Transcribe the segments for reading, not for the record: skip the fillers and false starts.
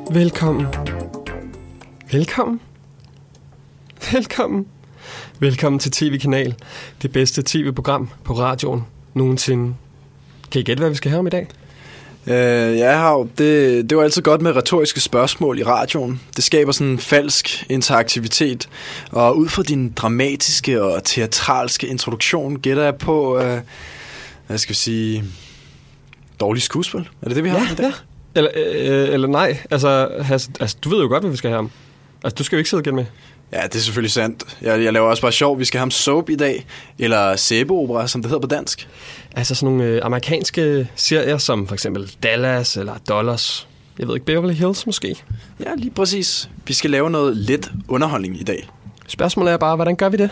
Velkommen. Velkommen. Velkommen. Velkommen til TV-kanal. Det bedste tv-program på radioen nogensinde. Kan I gætte, hvad vi skal have om i dag? Ja, Hav, det er jo altid godt med retoriske spørgsmål i radioen. Det skaber sådan en falsk interaktivitet. Og ud fra din dramatiske og teatralske introduktion gætter jeg på, hvad skal vi sige, dårlig skuespil. Er det det, vi har i dag? Ja. Eller nej. Altså, du ved jo godt, hvad vi skal have om. Altså, du skal jo ikke sidde igen med. Ja, det er selvfølgelig sandt. Jeg laver også bare sjov. Vi skal have om soap i dag. Eller sæbeopera, som det hedder på dansk. Altså sådan nogle amerikanske serier, som for eksempel Dallas eller Dollars. Jeg ved ikke, Beverly Hills måske? Ja, lige præcis. Vi skal lave noget let underholdning i dag. Spørgsmålet er bare, hvordan gør vi det?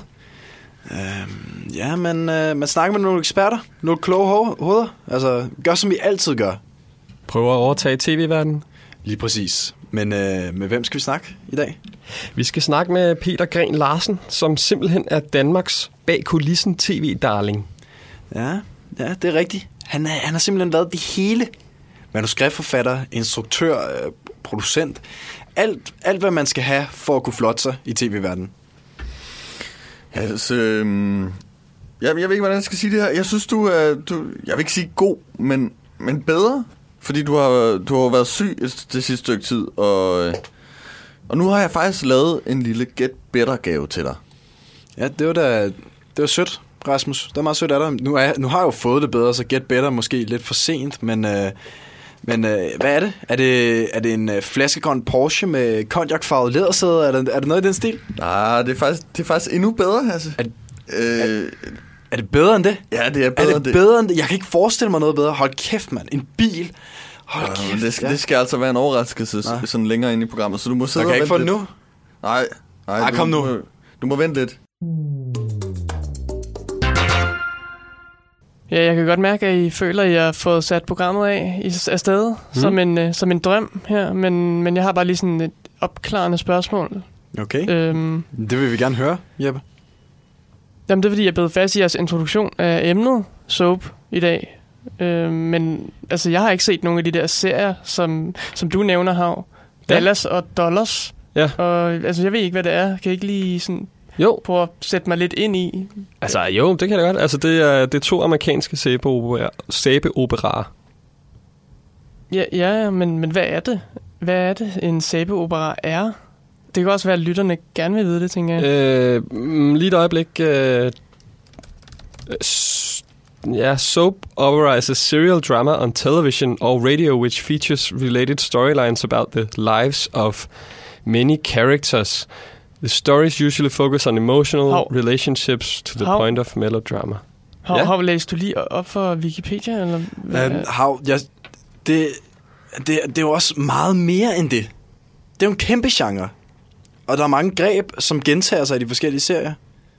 Man snakker med nogle eksperter. Nogle kloge hoveder. Altså, gør som vi altid gør. Prøver at overtage tv-verdenen. Lige præcis. Men med hvem skal vi snakke i dag? Vi skal snakke med Peter Gren Larsen, som simpelthen er Danmarks bag kulissen tv-darling. Ja, det er rigtigt. Han har simpelthen været det hele. Manuskriptforfatter, instruktør, producent. Alt, hvad man skal have for at kunne flotte sig i tv-verdenen. Altså, jeg ved ikke, hvordan jeg skal sige det her. Jeg synes, du jeg vil ikke sige god, men bedre. Fordi du har været syg det sidste stykke tid, og nu har jeg faktisk lavet en lille Get Better-gave til dig. Ja, det var sødt, Rasmus. Det er meget sødt af dig. Nu har jeg jo fået det bedre, så Get Better måske lidt for sent, men hvad er det? Er det en flaskegrøn Porsche med konjakfarvet lædersæde? Er det noget i den stil? Nej, det er faktisk endnu bedre, altså. Er det bedre end det? Ja, det er bedre end det. Bedre end det? Jeg kan ikke forestille mig noget bedre. Hold kæft, mand. En bil. Hold kæft. Det skal altså være en overraskelse sådan længere ind i programmet, så du må sidde og vente lidt. Jeg kan ikke få det nu? Nej, kom nu. Du må vente lidt. Ja, jeg kan godt mærke, at I føler, at I har fået sat programmet afsted som en drøm her, men jeg har bare lige sådan et opklarende spørgsmål. Okay. Det vil vi gerne høre, Jeppe. Jamen, det er fordi, jeg blev fast i jeres introduktion af emnet soap i dag. Men altså, jeg har ikke set nogen af de der serier, som du nævner, Hav. Dallas og Dollars. Ja. Og altså, jeg ved ikke, hvad det er. Kan jeg ikke lige sådan prøve at sætte mig lidt ind i? Altså, jo, det kan jeg godt. Altså, det er 2 amerikanske sæbeoperaer. Ja, men hvad er det? Hvad er det, en sæbeopera er? Det kan også være, at lytterne gerne vil vide det, tænker jeg. Lige et øjeblik. Soap opera is a serial drama on television or radio which features related storylines about the lives of many characters. The stories usually focus on emotional relationships to the point of melodrama. Har læst du lige op for Wikipedia? Eller det er jo også meget mere end det. Det er jo en kæmpe genre. Og der er mange greb, som gentager sig i de forskellige serier.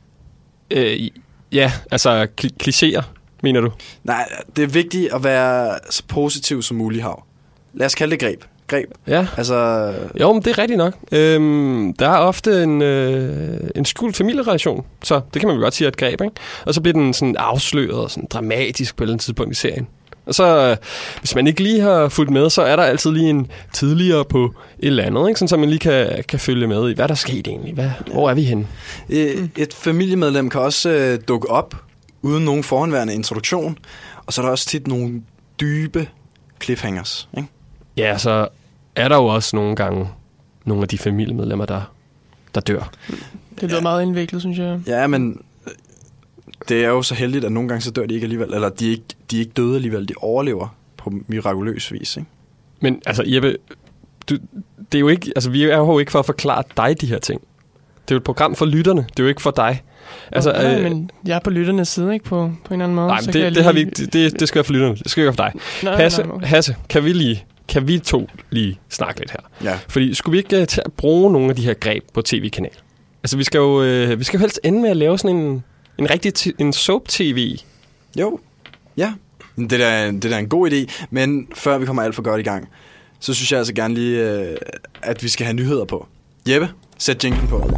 Ja, altså klichéer, mener du? Nej, det er vigtigt at være så positiv som muligt, Hav. Lad os kalde det greb. Ja. Altså. Jo, men det er rigtigt nok. Der er ofte en skjult familierelation, så det kan man jo godt sige er et greb, ikke? Og så bliver den sådan afsløret og sådan dramatisk på et eller andet tidspunkt i serien. Og så, hvis man ikke lige har fulgt med, så er der altid lige en tidligere på et eller andet, ikke? Sådan, så man lige kan følge med i, hvad der er sket egentlig. Hvor er vi henne? Et familiemedlem kan også dukke op uden nogen forhåndværende introduktion, og så er der også tit nogle dybe cliffhangers, ikke? Ja, så er der jo også nogle gange nogle af de familiemedlemmer, der dør. Det lyder meget indviklet, synes jeg. Ja, men det er jo så heldigt, at nogle gange så dør de ikke alligevel, eller de er ikke døde alligevel, de overlever på mirakuløs vis, ikke? Men altså, Jeppe, det er jo ikke, altså, vi er jo ikke for at forklare dig de her ting. Det er jo et program for lytterne, det er jo ikke for dig. Altså, men jeg er på lytternes side, ikke? På en eller anden måde. Nej, men det skal være for lytterne, det skal ikke være for dig. Hasse, kan vi to lige snakke lidt her? Ja. Fordi skulle vi ikke til at bruge nogle af de her greb på tv-kanal? Altså, vi skal jo helst ende med at lave sådan en rigtig en soap-tv. Jo, ja. Det er en god idé, men før vi kommer alt for godt i gang, så synes jeg altså gerne lige, at vi skal have nyheder på. Jeppe, sæt jinglen på.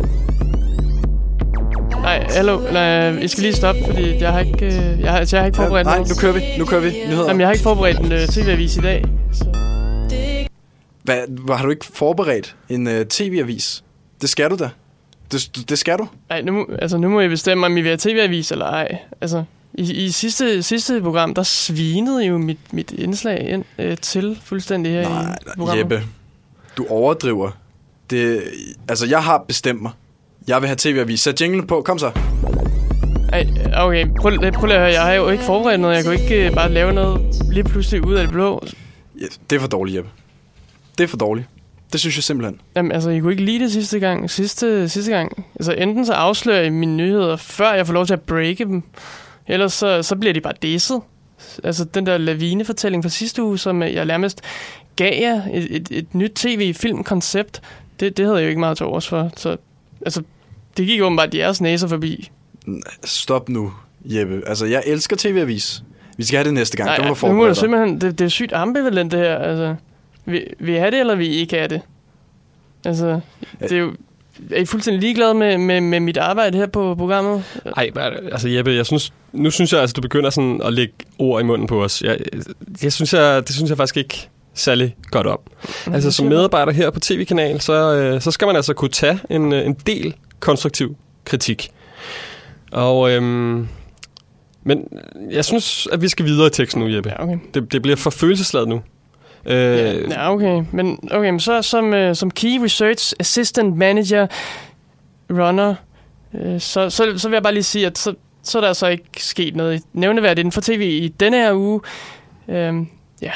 Nej, I skal lige stoppe, fordi jeg har ikke forberedt noget. Nej, nu kører vi nyheder. Jamen, jeg har ikke forberedt en tv-avis i dag. Så. Har du ikke forberedt en tv-avis? Det skal du da. Det skal du. Ej, nu må jeg bestemme, om I vil have tv-avis eller ej. Altså, i sidste program, der svinede jo mit indslag ind til fuldstændig her i programmet. Jeppe, du overdriver. Jeg har bestemt mig. Jeg vil have tv-avis. Sæt jinglen på. Kom så. Ej, okay, prøv lige at høre. Jeg har jo ikke forberedt noget. Jeg kan ikke bare lave noget lige pludselig ud af det blå. Ja, det er for dårligt, Jeppe. Det er for dårligt. Det synes jeg simpelthen. Jamen, altså, I kunne ikke lide det sidste gang. Sidste gang. Altså, enten så afslører I mine nyheder, før jeg får lov til at breake dem. Ellers så bliver de bare disset. Altså, den der lavinefortælling fra sidste uge, som jeg nærmest gav jer et nyt tv-filmkoncept, det havde jeg jo ikke meget til overs for. Så, altså, det gik åbenbart jeres næser forbi. Stop nu, Jeppe. Altså, jeg elsker tv-avis. Vi skal have det næste gang. Nej, nu må du simpelthen... Det er sygt ambivalent, det her. Altså, vil I have det, eller vil I ikke have det? Altså, det er jo... Er I fuldstændig ligeglade med mit arbejde her på programmet? Nej, altså Jeppe, nu synes jeg, altså, du begynder sådan at lægge ord i munden på os. Det synes jeg faktisk ikke særlig godt om. Altså, som medarbejder her på TV-kanal, så skal man altså kunne tage en del konstruktiv kritik. Og... Men jeg synes, at vi skal videre i teksten nu, Jeppe. Ja, okay. Det bliver for følelsesladet nu. Ja, okay. Men så som Key Research Assistant Manager Runner, så vil jeg bare lige sige, at så er der så ikke sket noget nævneværdigt inden for tv i denne her uge. Ja.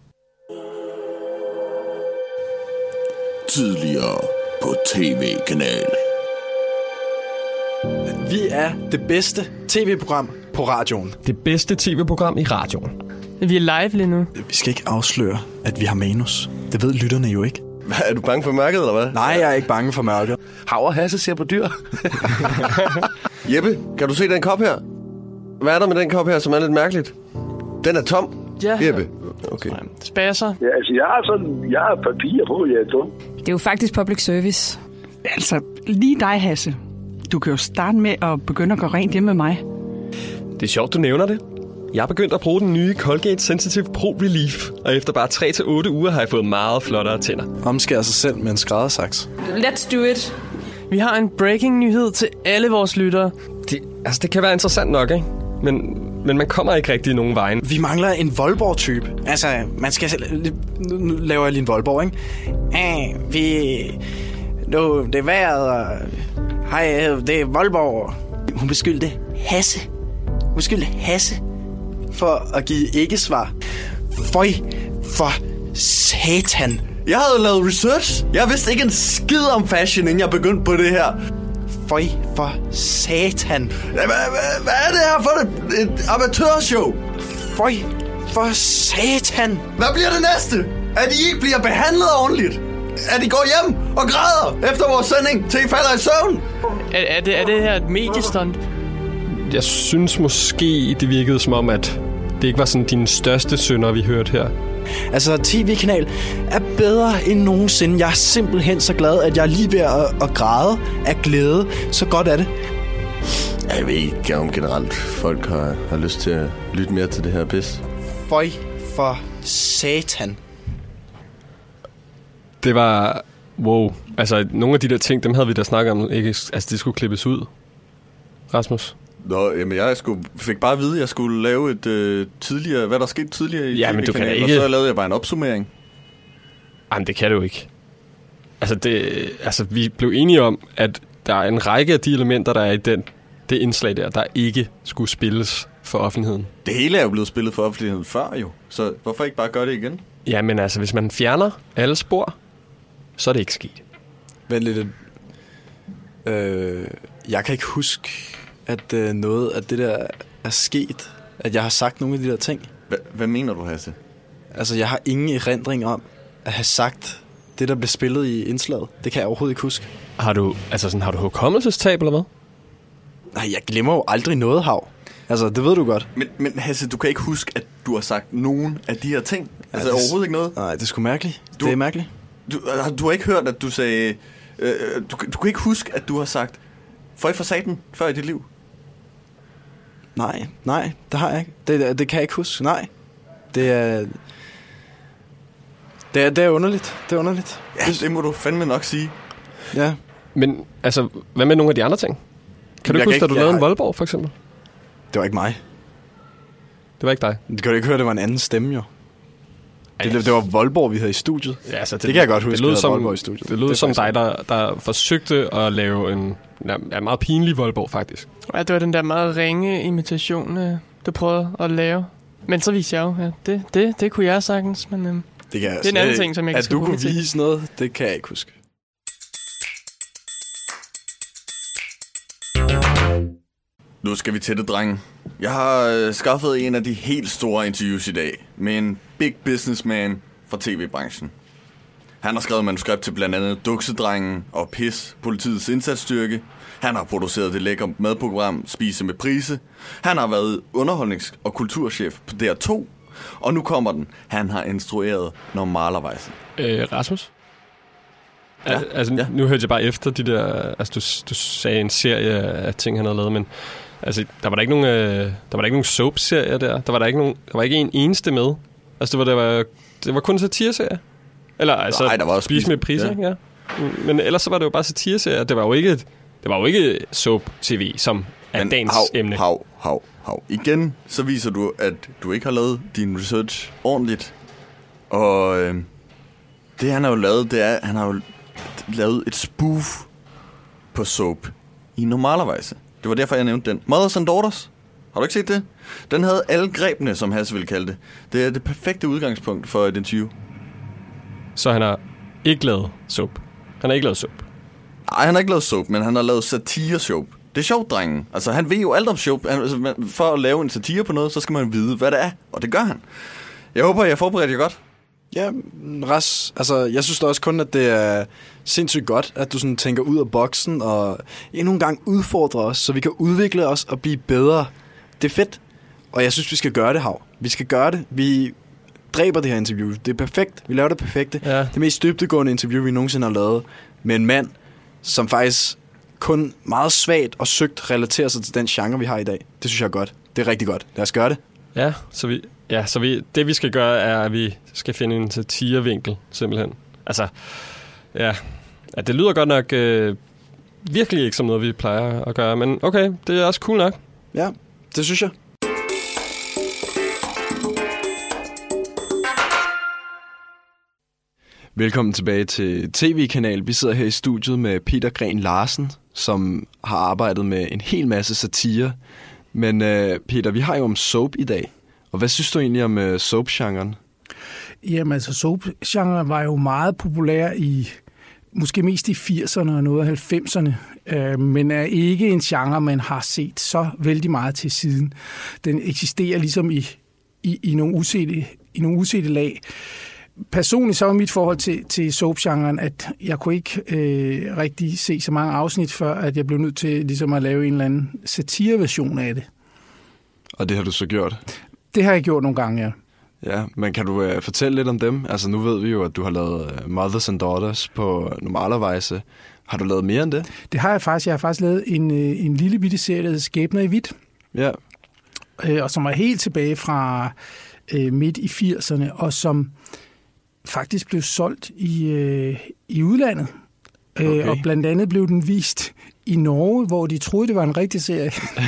Tidligere på TV-kanal. Vi er det bedste tv-program på radioen. Det bedste tv-program i radioen. Vi er live lige nu. Vi skal ikke afsløre, at vi har manus. Det ved lytterne jo ikke. Hvad, er du bange for mørket, eller hvad? Nej, jeg er ikke bange for mørket. Hav og Hasse ser på dyr. Jeppe, kan du se den kop her? Hvad er der med den kop her, som er lidt mærkeligt? Den er tom. Ja. Jeppe. Okay. Spasser. Ja, altså, jeg har papir på, jeg er dum. Det er jo faktisk public service. Altså, lige dig, Hasse. Du kan jo starte med at begynde at gå rent hjemme med mig. Det er sjovt, du nævner det. Jeg er begyndt at bruge den nye Colgate Sensitive Pro Relief, og efter bare 3 til 8 uger har jeg fået meget flottere tænder. Omskærer sig selv med en skræddersaks. Let's do it. Vi har en breaking nyhed til alle vores lyttere. Det kan være interessant nok, ikke? Men man kommer ikke rigtig nogen vejen. Vi mangler en Voldborg-type. Altså, man skal... Nu laver jeg lige en Voldborg, ikke? Det er vejret, og... Hej, det er Voldborg. Hun beskyldte Hasse for at give ikke-svar. Føj for satan. Jeg havde lavet research. Jeg vidste ikke en skid om fashion, inden jeg begyndte på det her. Føj for satan. Hvad er det her for et amatørshow? Føj for satan. Hvad bliver det næste? At I ikke bliver behandlet ordentligt? At I går hjem og græder efter vores sending, til I falder i søvn? Er det her et mediestunt? Jeg synes måske, det virkede som om, at det ikke var sådan dine største synder, vi hørte her. Altså, tv-kanal er bedre end nogensinde. Jeg er simpelthen så glad, at jeg er lige ved at græde af glæde. Så godt er det. Jeg ved ikke om generelt folk har lyst til at lytte mere til det her pis. Føj for satan. Det var... Wow. Altså, nogle af de der ting, dem havde vi da snakket om, ikke? Altså, de skulle klippes ud. Rasmus? Nå, jamen jeg fik bare at vide, at jeg skulle lave et tidligere... Hvad der skete tidligere i ja, men du kan ikke... Og så lavede jeg bare en opsummering. Jamen, det kan du ikke. Altså, vi blev enige om, at der er en række af de elementer, der er i det indslag der ikke skulle spilles for offentligheden. Det hele er jo blevet spillet for offentligheden før jo. Så hvorfor ikke bare gøre det igen? Ja, men altså, hvis man fjerner alle spor, så er det ikke sket. Vent lidt. Jeg kan ikke huske, at noget af det der er sket. At jeg har sagt nogle af de der ting. Hvad mener du, Hasse? Altså, jeg har ingen erindring om at have sagt det, der blev spillet i indslaget. Det kan jeg overhovedet ikke huske. Har du hukommelsestab, eller hvad? Nej, jeg glemmer jo aldrig noget, Hav. Altså, det ved du godt. Men Hasse, du kan ikke huske, at du har sagt nogen af de her ting? Ja, altså, overhovedet ikke noget? Nej, det er sgu mærkeligt. Det er mærkeligt. Du har ikke hørt, at du sagde... Du kan ikke huske, at du har sagt føj for satan før i dit liv? Nej, det har jeg ikke. Det kan jeg ikke huske. Nej. Det er... Det er underligt. Det er underligt. Ja, det må du fandme nok sige. Ja. Men altså, hvad med nogle af de andre ting? Kan du ikke huske, at du lavede en Voldborg, for eksempel? Det var ikke mig. Det var ikke dig? Du kan jo ikke høre, det var en anden stemme, jo. Det var Voldborg, vi havde i studiet. Ja, altså, det kan jeg godt huske, det lød som Voldborg i studiet. Det lød som dig, der forsøgte at lave en meget pinlig Voldborg, faktisk. Ja, det var den der meget ringe imitation, du prøvede at lave. Men så viste jeg jo, ja, det kunne jeg sagtens, men det er en anden ting, som jeg kan skrive. At du kunne vise noget, det kan jeg ikke huske. Nu skal vi til det, drenge. Jeg har skaffet en af de helt store interviews i dag med en big businessman fra tv-branchen. Han har skrevet manuskript til blandt andet Duksedrengen og PIS, politiets indsatsstyrke. Han har produceret det lækre madprogram Spise med Prise. Han har været underholdnings- og kulturchef på DR2. Og nu kommer den. Han har instrueret Normalerweise. Rasmus? Ja, altså, ja. Nu hørte jeg bare efter de der... Altså, du sagde en serie af ting, han havde lavet, men... Altså, der var ikke nogen soap-serier der. Der var ikke en eneste med. Altså, det var kun satireserie. Eller altså, nej, der var Spise med Prise, ja. Men ellers så var det jo bare satireserie. Det var jo ikke soap-tv, som er dagens emne. Hav. Igen, så viser du, at du ikke har lavet din research ordentligt. Og det, han har jo lavet, det er, han har jo lavet et spoof på soap i Normalerweise. Det var derfor, jeg nævnte den. Mothers and Daughters. Har du ikke set det? Den havde alle grebene, som Hasse ville kalde det. Det er det perfekte udgangspunkt for et interview. Så han har ikke lavet soap? Han har ikke lavet soap? Nej, han har ikke lavet soap, men han har lavet satire-soap. Det er sjovt, drengen. Altså, han ved jo alt om soap. For at lave en satire på noget, så skal man vide, hvad det er. Og det gør han. Jeg håber, jeg forbereder jer godt. Ja, Ras, altså, jeg synes da også kun, at det er sindssygt godt, at du sådan tænker ud af boksen og endnu en gang udfordrer os, så vi kan udvikle os og blive bedre. Det er fedt, og jeg synes, vi skal gøre det, Hav. Vi skal gøre det. Vi dræber det her interview. Det er perfekt. Vi laver det perfekte. Ja. Det mest dybdegående interview, vi nogensinde har lavet med en mand, som faktisk kun meget svagt og søgt relaterer sig til den genre, vi har i dag. Det synes jeg er godt. Det er rigtig godt. Lad os gøre det. Ja, så det vi skal gøre, er, at vi skal finde en satirevinkel, simpelthen. Altså, ja, det lyder godt nok virkelig ikke som noget, vi plejer at gøre, men okay, det er også cool nok. Ja, det synes jeg. Velkommen tilbage til TV-kanal. Vi sidder her i studiet med Peter Gren Larsen, som har arbejdet med en hel masse satire. Men Peter, vi har jo om soap i dag. Og hvad synes du egentlig om soap-genren? Jamen altså, soap-genren var jo meget populær måske mest i 80'erne og noget af 90'erne, men er ikke en genre, man har set så vældig meget til siden. Den eksisterer ligesom i nogle usete lag. Personligt så var mit forhold til soap-genren, at jeg kunne ikke rigtig se så mange afsnit, før at jeg blev nødt til ligesom at lave en eller anden satireversion af det. Og det har du så gjort? Det har jeg gjort nogle gange, ja. Ja, men kan du fortælle lidt om dem? Altså nu ved vi jo, at du har lavet Mothers and Daughters på Normalerweise. Har du lavet mere end det? Det har jeg faktisk. Jeg har faktisk lavet en lille bitte serie, der hedder Skæbner i hvidt. Ja. Og som er helt tilbage fra midt i 80'erne, og som faktisk blev solgt i udlandet. Okay. Og blandt andet blev den vist i Norge, hvor de troede, det var en rigtig serie.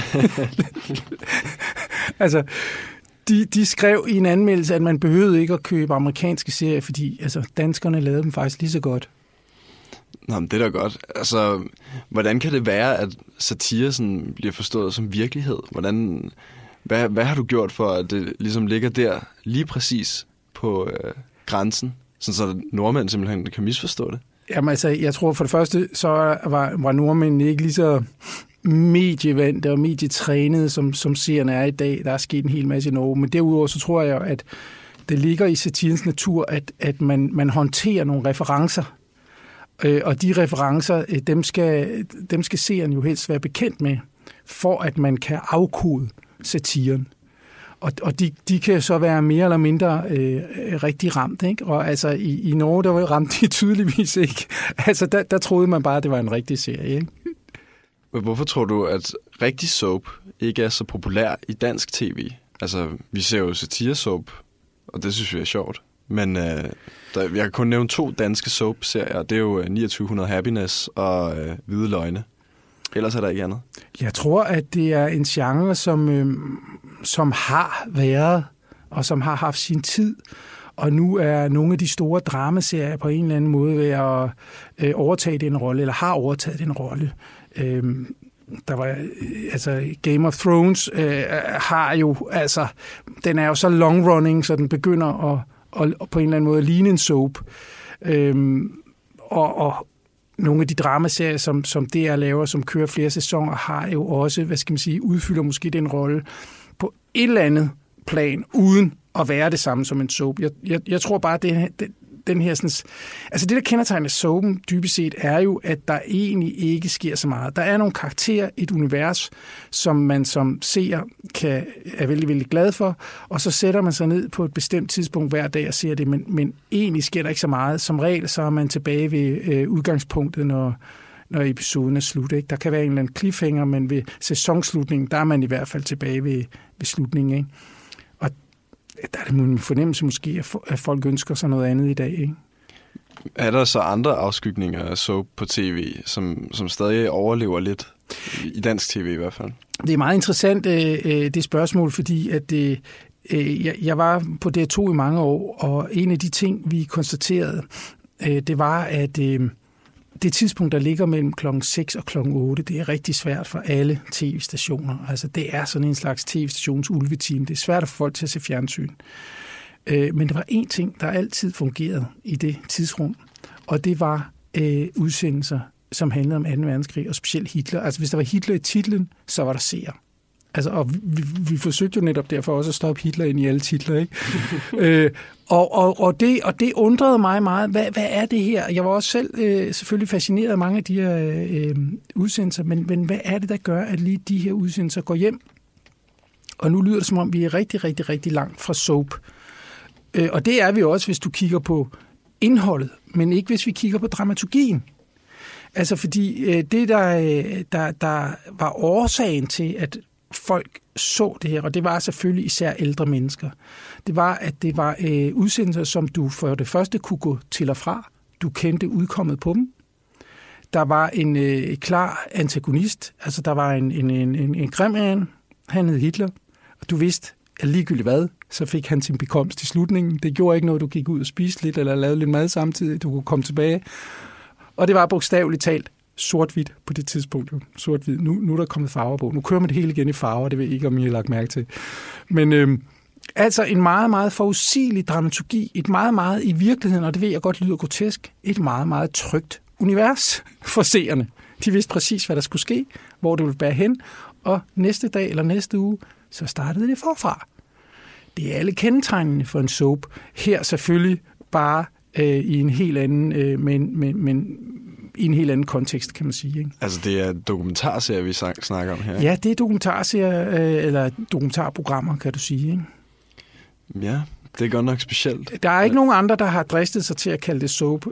Altså, de skrev i en anmeldelse, at man behøvede ikke at købe amerikanske serier, fordi altså, danskerne lavede dem faktisk lige så godt. Nå, men det er da godt. Altså, hvordan kan det være, at satire sådan bliver forstået som virkelighed? Hvad har du gjort for, at det ligesom ligger der lige præcis på grænsen, så nordmænd simpelthen kan misforstå det? Jamen altså, jeg tror for det første, så var nordmændene ikke lige så medievante og medietrænede, som seerne er i dag. Der er sket en hel masse i Norge. Men derudover så tror jeg, at det ligger i satirens natur, at man håndterer nogle referencer. Og de referencer, dem skal seeren jo helst være bekendt med, for at man kan afkode satiren. Og de kan så være mere eller mindre rigtig ramt, ikke? Og altså i Norge, der ramte de tydeligvis ikke. Altså der troede man bare, at det var en rigtig serie, ikke? Hvorfor tror du, at rigtig soap ikke er så populær i dansk tv? Altså, vi ser jo satire-soap, og det synes vi er sjovt. Men jeg kan kun nævne 2 danske soap-serier. Det er jo 2900 Happiness og Hvide Løgne. Ellers er der ikke andet. Jeg tror, at det er en genre, som har været, og som har haft sin tid. Og nu er nogle af de store dramaserier på en eller anden måde ved at overtage den rolle, eller har overtaget den rolle. Der var, Game of Thrones har jo, den er jo så long running, så den begynder at på en eller anden måde ligne en soap. Og nogle af de dramaserier, som DR laver, som kører flere sæsoner, har jo også, udfylder måske den rolle på et eller andet plan, uden at være det samme som en soap. Jeg tror bare, den her sådan, det, der kendetegner soapen dybest set, er jo, at der egentlig ikke sker så meget. Der er nogle karakterer, et univers, som man som seer er vældig, vældig glad for, og så sætter man sig ned på et bestemt tidspunkt hver dag og ser det, men egentlig sker der ikke så meget. Som regel, så er man tilbage ved udgangspunktet, når episoden er slut. Ikke? Der kan være en eller anden cliffhanger, men ved sæsonslutningen, der er man i hvert fald tilbage ved slutningen. Ikke? Og der er det en fornemmelse måske, at folk ønsker sig noget andet i dag. Ikke? Er der så andre afskygninger af soap på tv, som stadig overlever lidt? I dansk tv i hvert fald. Det er meget interessant, det spørgsmål, fordi at jeg var på DR2 i mange år, og en af de ting, vi konstaterede, det var, at det tidspunkt, der ligger mellem klokken 6 og klokken 8, det er rigtig svært for alle tv-stationer. Altså, det er sådan en slags tv-stations ulveteam. Det er svært at få folk til at se fjernsyn. Men der var én ting, der altid fungerede i det tidsrum, og det var udsendelser, som handlede om 2. verdenskrig, og specielt Hitler. Altså, hvis der var Hitler i titlen, så var der seere. Altså, og vi forsøgte jo netop derfor også at stoppe Hitler ind i alle titler, ikke? Og det undrede mig meget. Hvad er det her? Jeg var også selv selvfølgelig fascineret af mange af de her udsendelser, men hvad er det, der gør, at lige de her udsendelser går hjem? Og nu lyder det, som om vi er rigtig, rigtig, rigtig langt fra soap. Og det er vi også, hvis du kigger på indholdet, men ikke hvis vi kigger på dramaturgien. Altså, fordi det, der var årsagen til, at folk så det her, og det var selvfølgelig især ældre mennesker, det var, at det var udsendelser, som du for det første kunne gå til og fra. Du kendte udkommet på dem. Der var en klar antagonist, altså der var en grim en, han hed Hitler, og du vidste, at ligegyldigt hvad, så fik han sin bekomst i slutningen. Det gjorde ikke noget, du gik ud og spiste lidt, eller lavede lidt mad samtidig, du kunne komme tilbage. Og det var bogstaveligt talt sort-hvidt på det tidspunkt. Sort-hvid. Nu er der kommet farver på. Nu kører man det hele igen i farver, det ved jeg ikke, om I har lagt mærke til. Men altså en meget, meget forudsigelig dramaturgi, et meget, meget i virkeligheden, og det ved jeg godt lyder grotesk, et meget, meget trygt univers for seerne. De vidste præcis, hvad der skulle ske, hvor det ville bære hen, og næste dag eller næste uge, så startede det forfra. Det er alle kendetegnene for en soap. Her selvfølgelig bare i en helt anden, men i en helt anden kontekst, kan man sige. Ikke? Altså det er dokumentarserier, vi snakker om her? Ja, det er dokumentarserier, eller dokumentarprogrammer, kan du sige. Ikke? Ja, det er godt nok specielt. Der er ikke nogen andre, der har dristet sig til at kalde det soap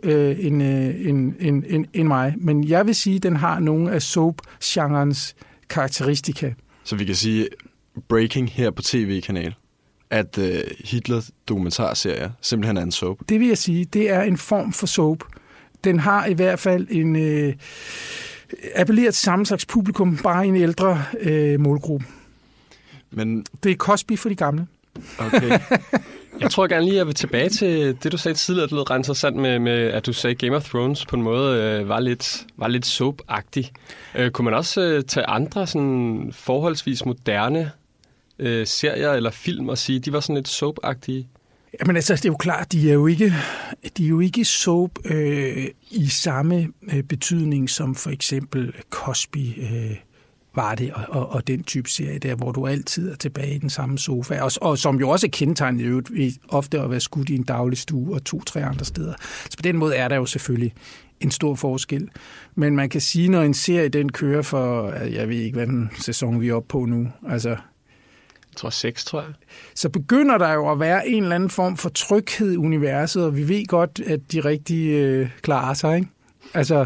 end mig, men jeg vil sige, at den har nogle af soap-genrens karakteristika. Så vi kan sige, breaking her på tv-kanal, at Hitler-dokumentarserier simpelthen er en soap? Det vil jeg sige, det er en form for soap. Den har i hvert fald en appelleret til samme slags publikum, bare en ældre målgruppe. Men det er Cosby for de gamle. Okay. Jeg tror gerne lige, jeg vil tilbage til det, du sagde tidligere. Det lød ret interessant med, at du sagde Game of Thrones på en måde var lidt soap-agtig. Kunne man også tage andre sådan forholdsvis moderne serier eller film og sige, de var sådan lidt soap-agtige? Jamen altså, det er jo klart, de er jo ikke soap i samme betydning som for eksempel Cosby var det, og den type serie der, hvor du altid er tilbage i den samme sofa, og som jo også er kendetegnet ofte at være skudt i en daglig stue og 2-3 andre steder. Så på den måde er der jo selvfølgelig en stor forskel. Men man kan sige, når en serie den kører for, jeg ved ikke, hvilken sæson vi er oppe på nu, altså jeg tror 6, tror jeg. Så begynder der jo at være en eller anden form for tryghed i universet, og vi ved godt, at de rigtig klarer sig, ikke? Altså,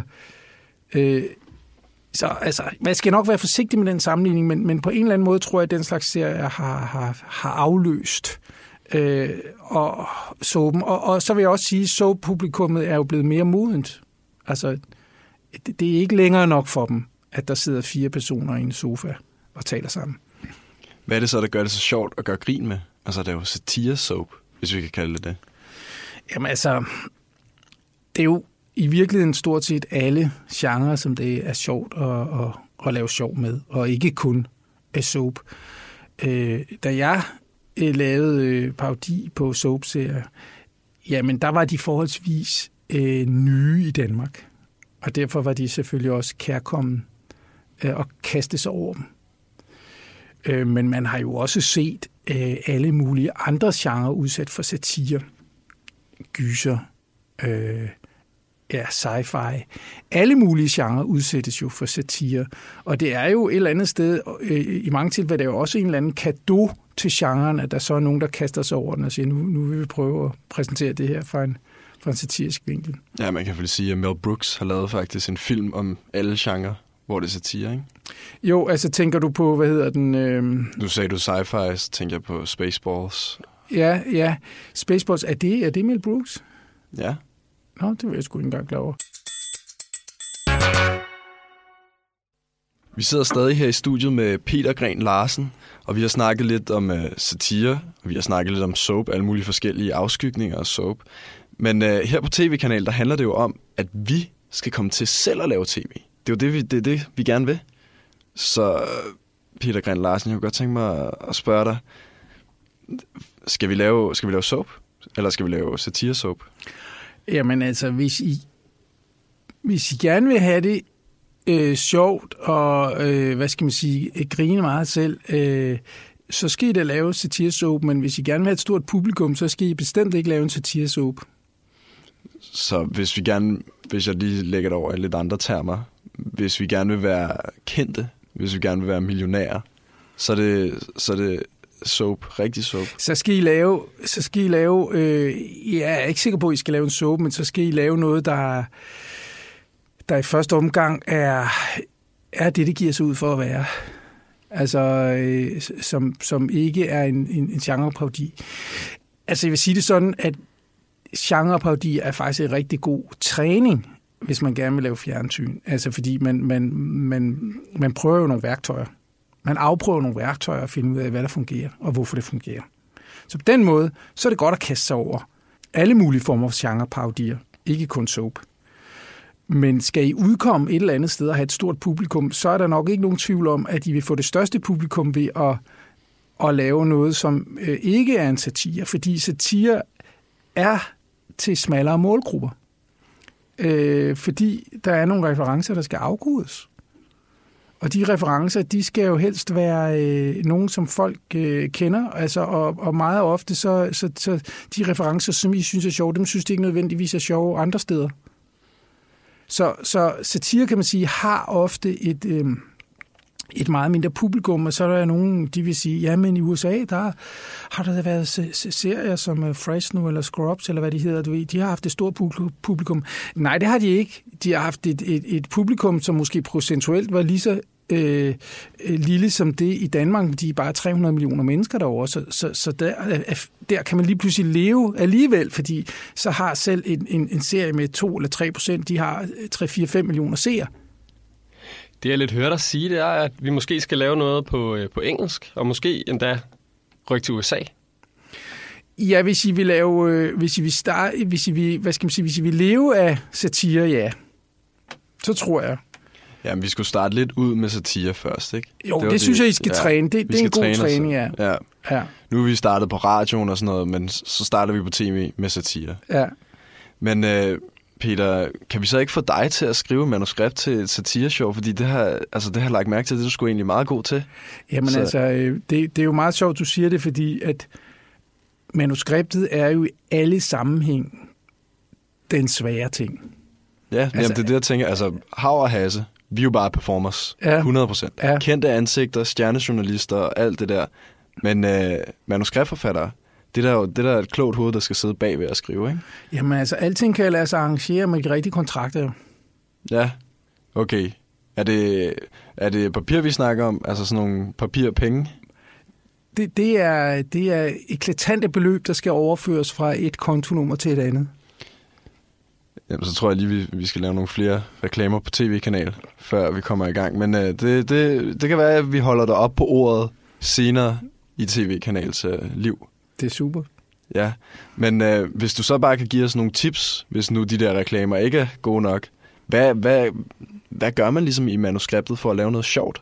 man skal nok være forsigtig med den sammenligning, men på en eller anden måde tror jeg, at den slags serier har afløst og soapen. Og så vil jeg også sige, at soap-publikummet er jo blevet mere modent. Altså, det er ikke længere nok for dem, at der sidder 4 personer i en sofa og taler sammen. Hvad er det så, der gør det så sjovt at gøre grin med? Altså, det er jo satire-soap, hvis vi kan kalde det det. Jamen altså, det er jo i virkeligheden stort set alle genrer, som det er sjovt at lave sjov med, og ikke kun soap. Da jeg lavede parodi på soap-serier, jamen der var de forholdsvis nye i Danmark, og derfor var de selvfølgelig også kærkommen og kaste sig over dem. Men man har jo også set alle mulige andre genrer udsat for satire. Gyser, sci-fi. Alle mulige genrer udsættes jo for satire. Og det er jo et eller andet sted, i mange tilfælde er det jo også en eller anden cadeau til genren, at der så er nogen, der kaster sig over den og siger, nu vil vi prøve at præsentere det her fra en satirisk vinkel. Ja, man kan vel sige, at Mel Brooks har lavet faktisk en film om alle genrer, hvor det er satire, ikke? Jo, altså tænker du på, hvad hedder den? Nu sagde du sci-fi, så tænker jeg på Spaceballs. Ja. Spaceballs, er det Mel Brooks? Ja. Nå, det vil jeg sgu ikke engang klar over. Vi sidder stadig her i studiet med Peter Gren Larsen, og vi har snakket lidt om satire, og vi har snakket lidt om soap, alle mulige forskellige afskygninger af soap. Men her på TV-kanalen, der handler det jo om, at vi skal komme til selv at lave tv. Det er jo det, vi gerne vil. Så Peter Gren Larsen, jeg kunne godt tænke mig at spørge dig, skal vi lave soap, eller skal vi lave satire-soap? Jamen altså, hvis I gerne vil have det sjovt og, grine meget selv, så skal I da lave satire-soap, men hvis I gerne vil have et stort publikum, så skal I bestemt ikke lave en satire-soap. Så hvis jeg lige lægger det over i lidt andre termer, hvis vi gerne vil være kendte, hvis vi gerne vil være millionærer, så er det soap, rigtig soap. Så skal I lave, jeg er ikke sikker på, at I skal lave en soap, men så skal I lave noget, der i første omgang er det giver sig ud for at være. Altså, som ikke er en genreparodi. Altså, jeg vil sige det sådan, at genreparodi er faktisk en rigtig god træning, hvis man gerne vil lave fjernsyn. Altså, fordi man prøver jo nogle værktøjer. Man afprøver nogle værktøjer og finder ud af, hvad der fungerer, og hvorfor det fungerer. Så på den måde, så er det godt at kaste sig over alle mulige former for genreparodier, ikke kun soap. Men skal I udkomme et eller andet sted og have et stort publikum, så er der nok ikke nogen tvivl om, at I vil få det største publikum ved at lave noget, som ikke er en satire, fordi satire er til smallere målgrupper. Fordi der er nogle referencer, der skal afkodes. Og de referencer, de skal jo helst være nogen, som folk kender, altså, og meget ofte så de referencer, som I synes er sjove, dem synes de ikke nødvendigvis er sjove andre steder. Så satire, kan man sige, har ofte et meget mindre publikum, og så er der nogen, de vil sige, ja, men i USA, der har der været serier som Fresno eller Scrubs, eller hvad de hedder, du ved, de har haft et stort publikum. Nej, det har de ikke. De har haft et publikum, som måske procentuelt var lige så lille som det i Danmark, de er bare 300 millioner mennesker derovre, så der kan man lige pludselig leve alligevel, fordi så har selv en serie med 2 eller 3%, de har 3-4-5 millioner seere. Det jeg lidt hører dig sige, det er, at vi måske skal lave noget på engelsk, og måske endda rykke til USA. Ja, hvis I vil leve af satire, ja, så tror jeg. Jamen, vi skulle starte lidt ud med satire først, ikke? Jo, det synes jeg, I skal træne. Det er en god træning, ja. Nu er vi startet på radioen og sådan noget, men så starter vi på tv med satire. Ja. Men Peter, kan vi så ikke få dig til at skrive manuskript til et satireshow? Fordi det har jeg lagt mærke til, det er du sgu egentlig meget god til. Jamen det er jo meget sjovt, du siger det, fordi at manuskriptet er jo i alle sammenhæng den svære ting. Ja, altså, jamen, det er det, jeg tænker. Altså, Hav og Hasse, vi er jo bare performers. 100%. Ja. Kendte ansigter, stjernejournalister og alt det der. Men manuskriptforfattere, det er et klogt hoved, der skal sidde bagved at skrive, ikke? Jamen altså, alting kan lade sig arrangere med de rigtige kontrakter. Ja, okay. Er det papir, vi snakker om? Altså sådan nogle papirpenge? Det er eklatante beløb, der skal overføres fra et kontonummer til et andet. Jamen, så tror jeg lige, vi skal lave nogle flere reklamer på tv-kanal, før vi kommer i gang. Men det kan være, at vi holder dig op på ordet senere i tv-kanals liv. Det er super. Ja, men hvis du så bare kan give os nogle tips, hvis nu de der reklamer ikke er gode nok, hvad gør man ligesom i manuskriptet for at lave noget sjovt?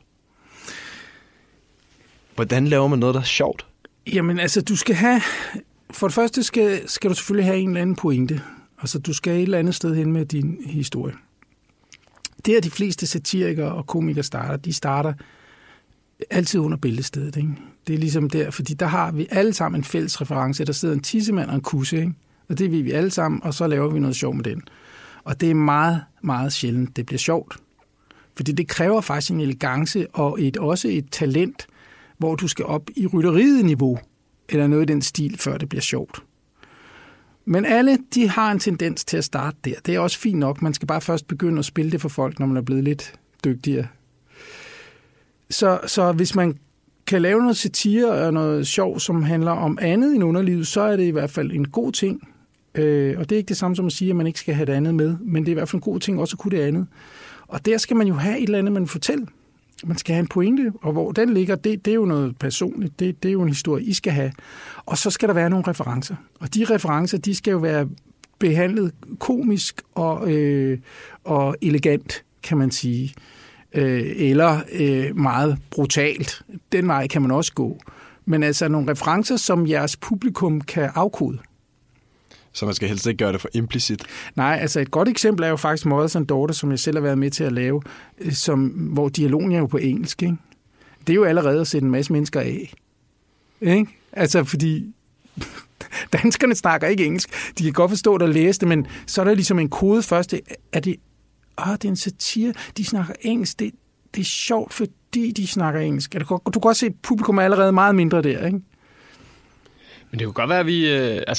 Hvordan laver man noget, der er sjovt? Jamen altså, du skal have... For det første skal du selvfølgelig have en eller anden pointe. Altså, du skal et eller andet sted hen med din historie. Det er de fleste satirikere og komikere starter. De starter altid under bæltestedet, ikke? Det er ligesom der, fordi der har vi alle sammen en fælles reference. Der sidder en tissemand og en kusse, ikke? Og det ved vi alle sammen, og så laver vi noget sjov med den. Og det er meget, meget sjældent, det bliver sjovt. Fordi det kræver faktisk en elegance og også et talent, hvor du skal op i rytteriet-niveau, eller noget i den stil, før det bliver sjovt. Men alle, de har en tendens til at starte der. Det er også fint nok. Man skal bare først begynde at spille det for folk, når man er blevet lidt dygtigere. Så hvis man kan lave noget satire og noget sjov, som handler om andet end underlivet, så er det i hvert fald en god ting. Og det er ikke det samme som at sige, at man ikke skal have det andet med, men det er i hvert fald en god ting også at kunne det andet. Og der skal man jo have et eller andet, man fortæller. Man skal have en pointe, og hvor den ligger, det er jo noget personligt. Det er jo en historie, I skal have. Og så skal der være nogle referencer. Og de referencer, de skal jo være behandlet komisk og elegant, kan man sige. Eller meget brutalt. Den vej kan man også gå. Men altså nogle referencer, som jeres publikum kan afkode. Så man skal helst ikke gøre det for implicit? Nej, altså et godt eksempel er jo faktisk Mothers and Daughters, som jeg selv har været med til at lave, hvor dialogen er jo på engelsk, ikke? Det er jo allerede at sætte en masse mennesker af. Ikke? Altså fordi danskerne snakker ikke engelsk. De kan godt forstå det og læse det, men så er der ligesom en kode først. Det er en satire. De snakker engelsk. Det er sjovt, fordi de snakker engelsk. Du kan godt se, at publikum er allerede meget mindre der, ikke? Men det kunne godt være, at vi...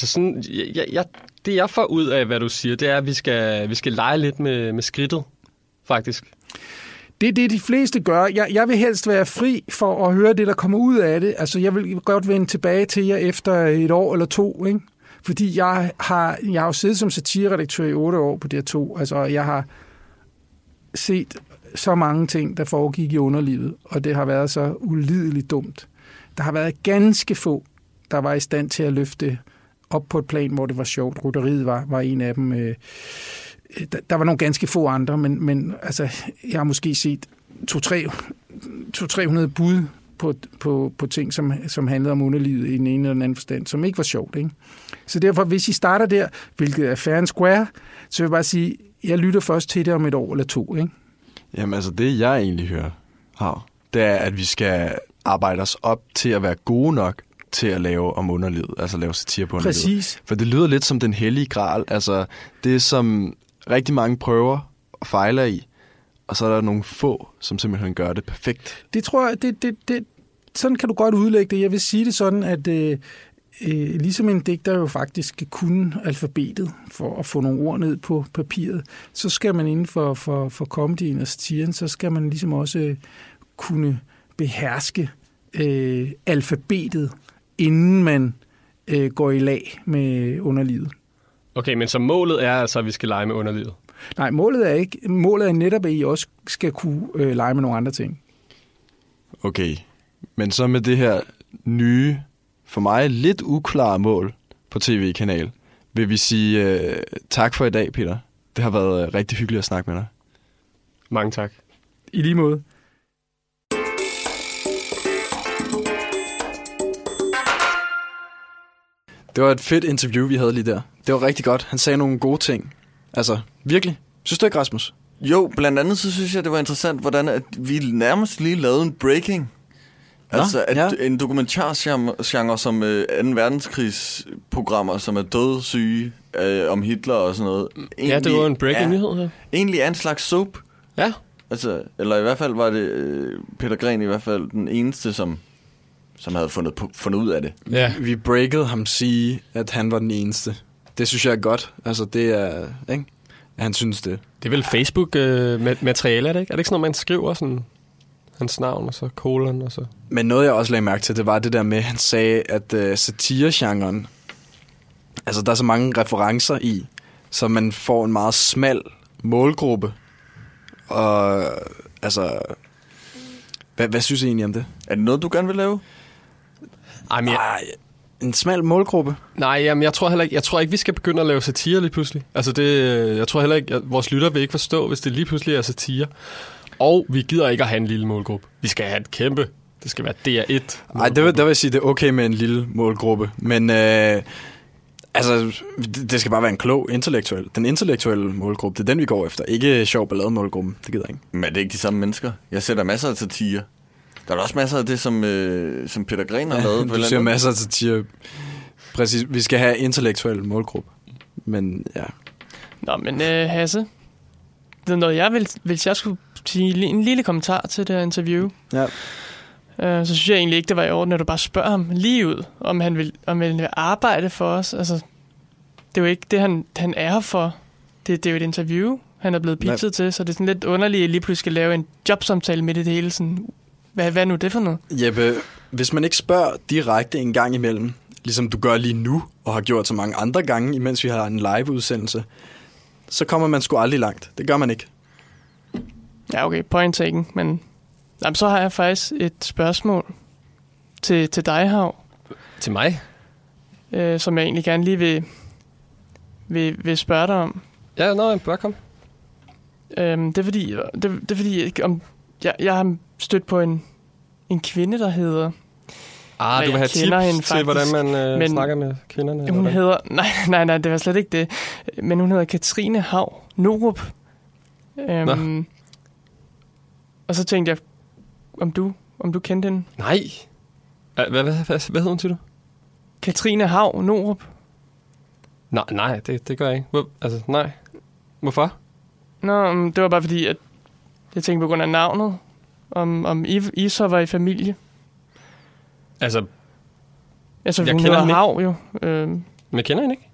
det jeg får ud af, hvad du siger, det er, at vi skal lege lidt med skridtet, faktisk. Det er det, de fleste gør. Jeg vil helst være fri for at høre det, der kommer ud af det. Altså, jeg vil godt vende tilbage til jer efter et år eller to, ikke? Fordi jeg har jo siddet som satireredaktør i 8 år på DR2. Altså, jeg har set så mange ting, der foregik i underlivet, og det har været så ulideligt dumt. Der har været ganske få, der var i stand til at løfte op på et plan, hvor det var sjovt. Rytteriet var en af dem. Der var nogle ganske få andre, men altså, jeg har måske set 200-300 bud på ting, som handlede om underlivet i den ene eller den anden forstand, som ikke var sjovt, ikke? Så derfor, hvis I starter der, hvilket er fair and square, så vil jeg bare sige, jeg lytter først til det om et år eller to, ikke? Jamen altså, det jeg egentlig hører, det er, at vi skal arbejde os op til at være gode nok til at lave om underlivet, altså lave satire på underlivet. Præcis. For det lyder lidt som den hellige gral, altså det som rigtig mange prøver og fejler i, og så er der nogle få, som simpelthen gør det perfekt. Det tror jeg, sådan kan du godt udlægge det. Jeg vil sige det sådan, at ligesom en digter jo faktisk skal kunne alfabetet for at få nogle ord ned på papiret, så skal man inden for comedyen og satiren, så skal man ligesom også kunne beherske alfabetet, inden man går i lag med underlivet. Okay, men så målet er altså, at vi skal lege med underlivet? Nej, målet er ikke. Målet er netop, at I også skal kunne lege med nogle andre ting. Okay, men så med det her nye, for mig lidt uklare mål på tv-kanal, vil vi sige tak for i dag, Peter. Det har været rigtig hyggeligt at snakke med dig. Mange tak. I lige måde. Det var et fedt interview, vi havde lige der. Det var rigtig godt. Han sagde nogle gode ting. Altså, virkelig. Synes du ikke, Rasmus? Jo, blandt andet så synes jeg, det var interessant, hvordan at vi nærmest lige lavede en breaking. Altså, en dokumentargenre som 2. verdenskrigsprogrammer, som er dødssyge om Hitler og sådan noget. Egentlig, det var en breaking nyhed her. Egentlig er en slags soap. Ja. Altså, eller i hvert fald var det Peter Gren i hvert fald den eneste, som havde fundet ud af det. Ja. Vi breakede ham sige, at han var den eneste. Det synes jeg er godt. Altså, det er... Ikke? Han synes det. Det er vel Facebook-materiale, er det ikke? Er det ikke sådan noget, man skriver sådan... hans navn, og så kolon, og så... Men noget, jeg også lagde mærke til, det var det der med, han sagde, at satiregenren, altså der er så mange referencer i, så man får en meget smal målgruppe. Og altså, hvad synes I egentlig om det? Er det noget, du gerne vil lave? En smal målgruppe? Nej, jamen, jeg tror ikke, vi skal begynde at lave satire lige pludselig. Altså jeg tror heller ikke, at vores lytter vil ikke forstå, hvis det lige pludselig er satire. Og vi gider ikke at have en lille målgruppe. Vi skal have et kæmpe. Det skal være DR1. Nej, der vil jeg sige, det er okay med en lille målgruppe. Men altså, det skal bare være en klog intellektuel. Den intellektuelle målgruppe, det er den, vi går efter. Ikke sjov ballade målgruppen. Det gider jeg ikke. Men det er ikke de samme mennesker. Jeg sætter masser af satire. Der er også masser af det, som Peter Gren har lavet. Du siger masser af satire. Præcis, vi skal have intellektuel målgruppe. Men ja. Nå, men Hasse, det er noget, hvis jeg skulle sige en lille kommentar til det her interview. Ja. Så synes jeg egentlig ikke, det var i orden, når du bare spørger ham lige ud, om han vil arbejde for os. Altså, det er jo ikke det, han er her for. Det er jo et interview, han er blevet pitchet til, så det er sådan lidt underligt, at lige pludselig skal lave en jobsamtale midt i det hele. Sådan, hvad er nu det for noget? Jeppe, hvis man ikke spørger direkte en gang imellem, ligesom du gør lige nu, og har gjort så mange andre gange, imens vi har en live-udsendelse, så kommer man sgu aldrig langt. Det gør man ikke. Ja, okay, point taken, men så har jeg faktisk et spørgsmål til dig, Hav. Til mig? Som jeg egentlig gerne lige vil spørge dig om. Ja, bare kom. Det er fordi jeg har stødt på en kvinde, der hedder... du vil have tips til, hvordan man snakker med kvinderne? Hun hedder... Nej, det var slet ikke det. Men hun hedder Katrine Hav Norup. Og så tænkte jeg, om du kendte hende? Nej. Hvad hedder hun til du? Katrine Hav Norup. Nej, det gør jeg ikke. Nej. Hvorfor? Nå, det var bare fordi, at jeg tænkte på grund af navnet, om I så var i familie. Altså jeg hun kender hende Hav jo. Men jeg kender hende ikke?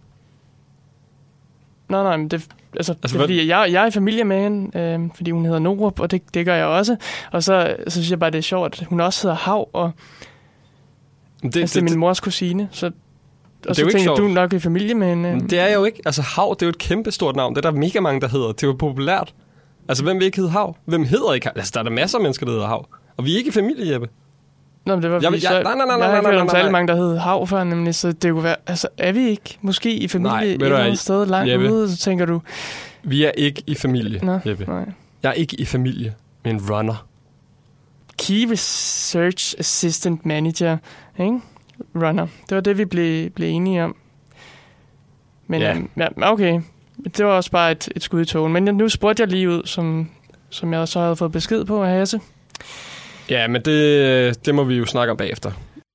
Nej, men det er fordi, jeg er i familie med hende, fordi hun hedder Norup, og det gør jeg også. Og så synes jeg bare, det er sjovt, at hun også hedder Hav, og det er min mors kusine, så... Og så tænker du nok i familie med hende. Det er jeg jo ikke. Altså Hav, det er jo et kæmpe stort navn. Det er der mega mange, der hedder. Det er jo populært. Altså hvem vil ikke hedde Hav? Hvem hedder ikke Hav? Altså der er der masser af mennesker, der hedder Hav. Og vi er ikke i familie, Jeppe. Nå, men det var fordi, jeg har ikke hørt om særlig mange, der hedder Hav før, nemlig. Så det kunne være... Altså er vi ikke måske i familie et eller andet sted langt ude, så tænker du... Vi er ikke i familie, Jeppe. Nej. Jeg er ikke i familie med en runner. Key Research Assistant Manager, ikke? Runner. Det var det, vi blev enige om. Men ja, okay. Det var også bare et skud i togen. Men nu spurgte jeg lige ud, som jeg så havde fået besked på af Hasse. Ja, men det må vi jo snakke om bagefter.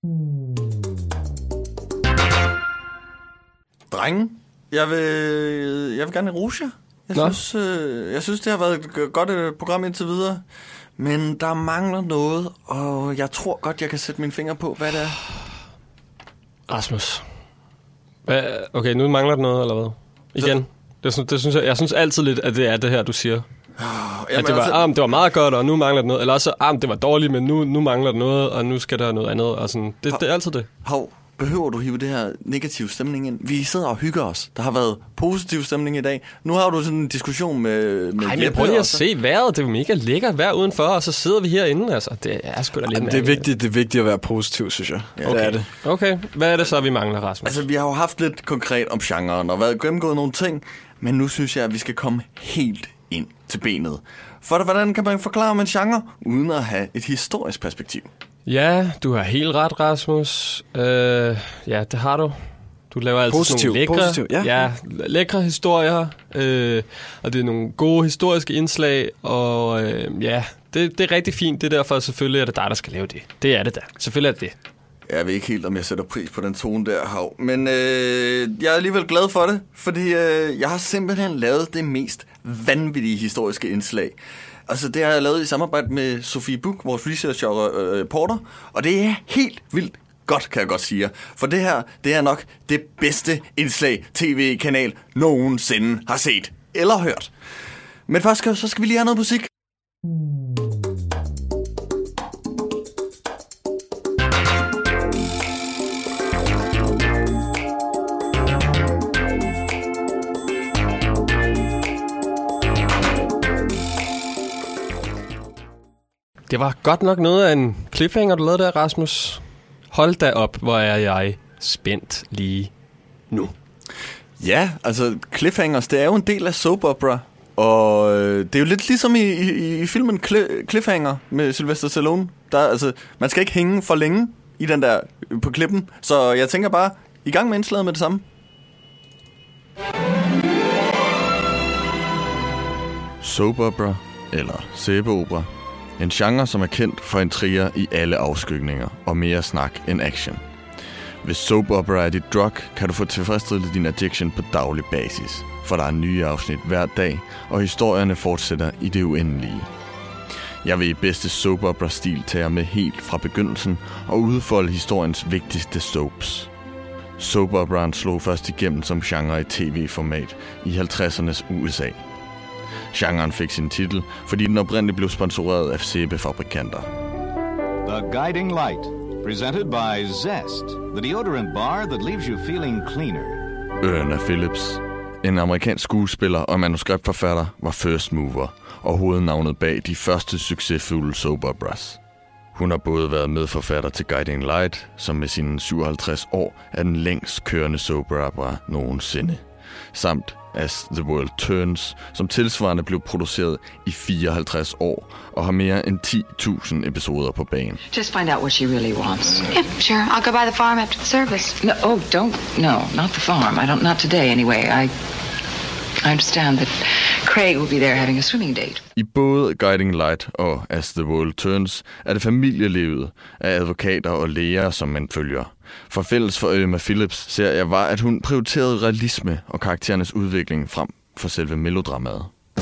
Drenge, jeg vil gerne rose jer. Jeg synes, det har været et godt program indtil videre. Men der mangler noget, og jeg tror godt, jeg kan sætte mine fingre på, hvad det er. Rasmus. Okay, nu mangler det noget, eller hvad? Igen. Det synes jeg synes altid lidt, at det er det her, du siger. At det var meget godt, og nu mangler det noget. Eller også, det var dårligt, men nu mangler det noget, og nu skal der noget andet. Og sådan. Det er altid det. Behøver du hive det her negative stemning ind? Vi sidder og hygger os. Der har været positiv stemning i dag. Nu har du sådan en diskussion med Jeppe. Men prøv lige at se vejret. Det er jo mega lækkert vejr udenfor, og så sidder vi herinde. Altså, det er sgu da lidt det er vigtigt at være positiv, synes jeg. Ja, okay. Det er det. Okay, hvad er det så, vi mangler, Rasmus? Altså, vi har jo haft lidt konkret om genren, og været gennemgået nogle ting, men nu synes jeg, at vi skal komme helt ind til benet. For hvordan kan man forklare om en genre, uden at have et historisk perspektiv? Ja, du har helt ret, Rasmus. Ja, det har du. Du laver altid sådan nogle lækre historier, og det er nogle gode historiske indslag, og det er rigtig fint. Det er derfor selvfølgelig, at det er dig, der skal lave det. Det er det da. Selvfølgelig er det det. Jeg ved ikke helt, om jeg sætter pris på den tone der, Hav. Men jeg er alligevel glad for det, fordi jeg har simpelthen lavet det mest vanvittige historiske indslag. Altså, det har jeg lavet i samarbejde med Sofie Buch, vores researcher og reporter, og det er helt vildt godt, kan jeg godt sige. For det her, det er nok det bedste indslag tv-kanal nogensinde har set eller hørt. Men først så skal vi lige have noget musik. Det var godt nok noget af en cliffhanger, du lavede der, Rasmus. Hold da op, hvor er jeg spændt lige nu. Ja, altså cliffhangers, det er jo en del af soap opera. Og det er jo lidt ligesom i filmen Cliffhanger med Sylvester Stallone. Altså, man skal ikke hænge for længe i den der på klippen. Så jeg tænker bare, i gang med indslaget med det samme. Soap opera, eller sæbeopera. En genre, som er kendt for intriger i alle afskygninger og mere snak end action. Hvis soap opera er dit drug, kan du få tilfredsstillet din addiction på daglig basis. For der er nye afsnit hver dag, og historierne fortsætter i det uendelige. Jeg vil i bedste soap opera-stil tage jer med helt fra begyndelsen og udfolde historiens vigtigste soaps. Soap operaen slog først igennem som genre i tv-format i 50'ernes USA. Genren fik sin titel, fordi den oprindeligt blev sponsoreret af sæbefabrikanter. The Guiding Light, presented by Zest, the deodorant bar that leaves you feeling cleaner. Irna Phillips, en amerikansk skuespiller og manuskriptforfatter, var first mover og hovednavnet bag de første succesfulde soap operas. Hun har både været medforfatter til Guiding Light, som med sine 57 år er den længst kørende soap opera nogensinde, samt As the World Turns, som tilsvarende blev produceret i 54 år og har mere end 10.000 episoder på banen. Just find out what she really wants. Yeah, sure. I'll go by the farm after the service. No, don't. No, not the farm. Not today anyway. I understand that Craig will be there having a swimming date. I både Guiding Light og As the World Turns er det familielivet af advokater og læger, som man følger. For fælles for Irma Phillips ser jeg var, at hun prioriterede realisme og karakterernes udvikling frem for selve melodramaet.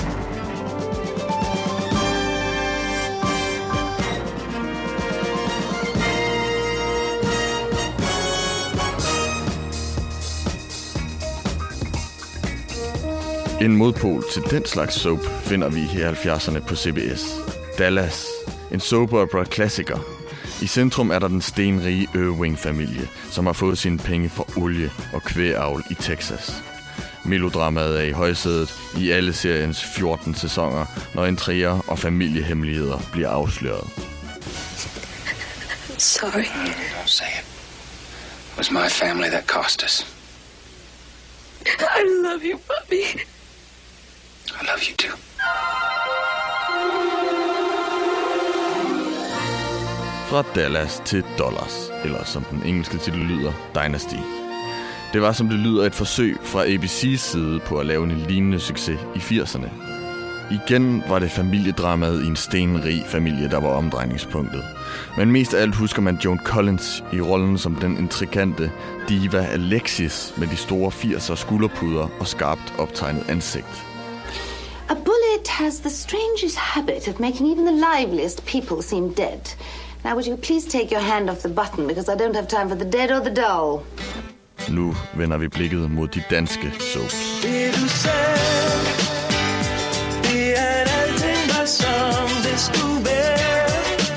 En modpol til den slags soap finder vi i 70'erne på CBS. Dallas, en soap opera klassiker. I centrum er der den stenrige Irving-familie, som har fået sine penge fra olie og kvægavl i Texas. Melodramaet er i højsædet i alle seriens 14 sæsoner, når intriger og familiehemmeligheder bliver afsløret. Sorry. Don't say it. It was my family that cost us. I love you, Bobby. I love you too. Fra Dallas til Dollars, eller som den engelske titel lyder, Dynasty. Det var som det lyder et forsøg fra ABC's side på at lave en lignende succes i 80'erne. Igen var det familiedramaet i en stenrig familie, der var omdrejningspunktet. Men mest af alt husker man Joan Collins i rollen som den intrikante diva Alexis med de store 80'er skulderpuder og skarpt optegnet ansigt. A bullet has the strangest habit of making even the liveliest people seem dead. Now would you please take your hand off the button, because I don't have time for the dead or the dull. Nu vender vi blikket mod de danske soaps. Det du sagde, det er alting var som det skulle være.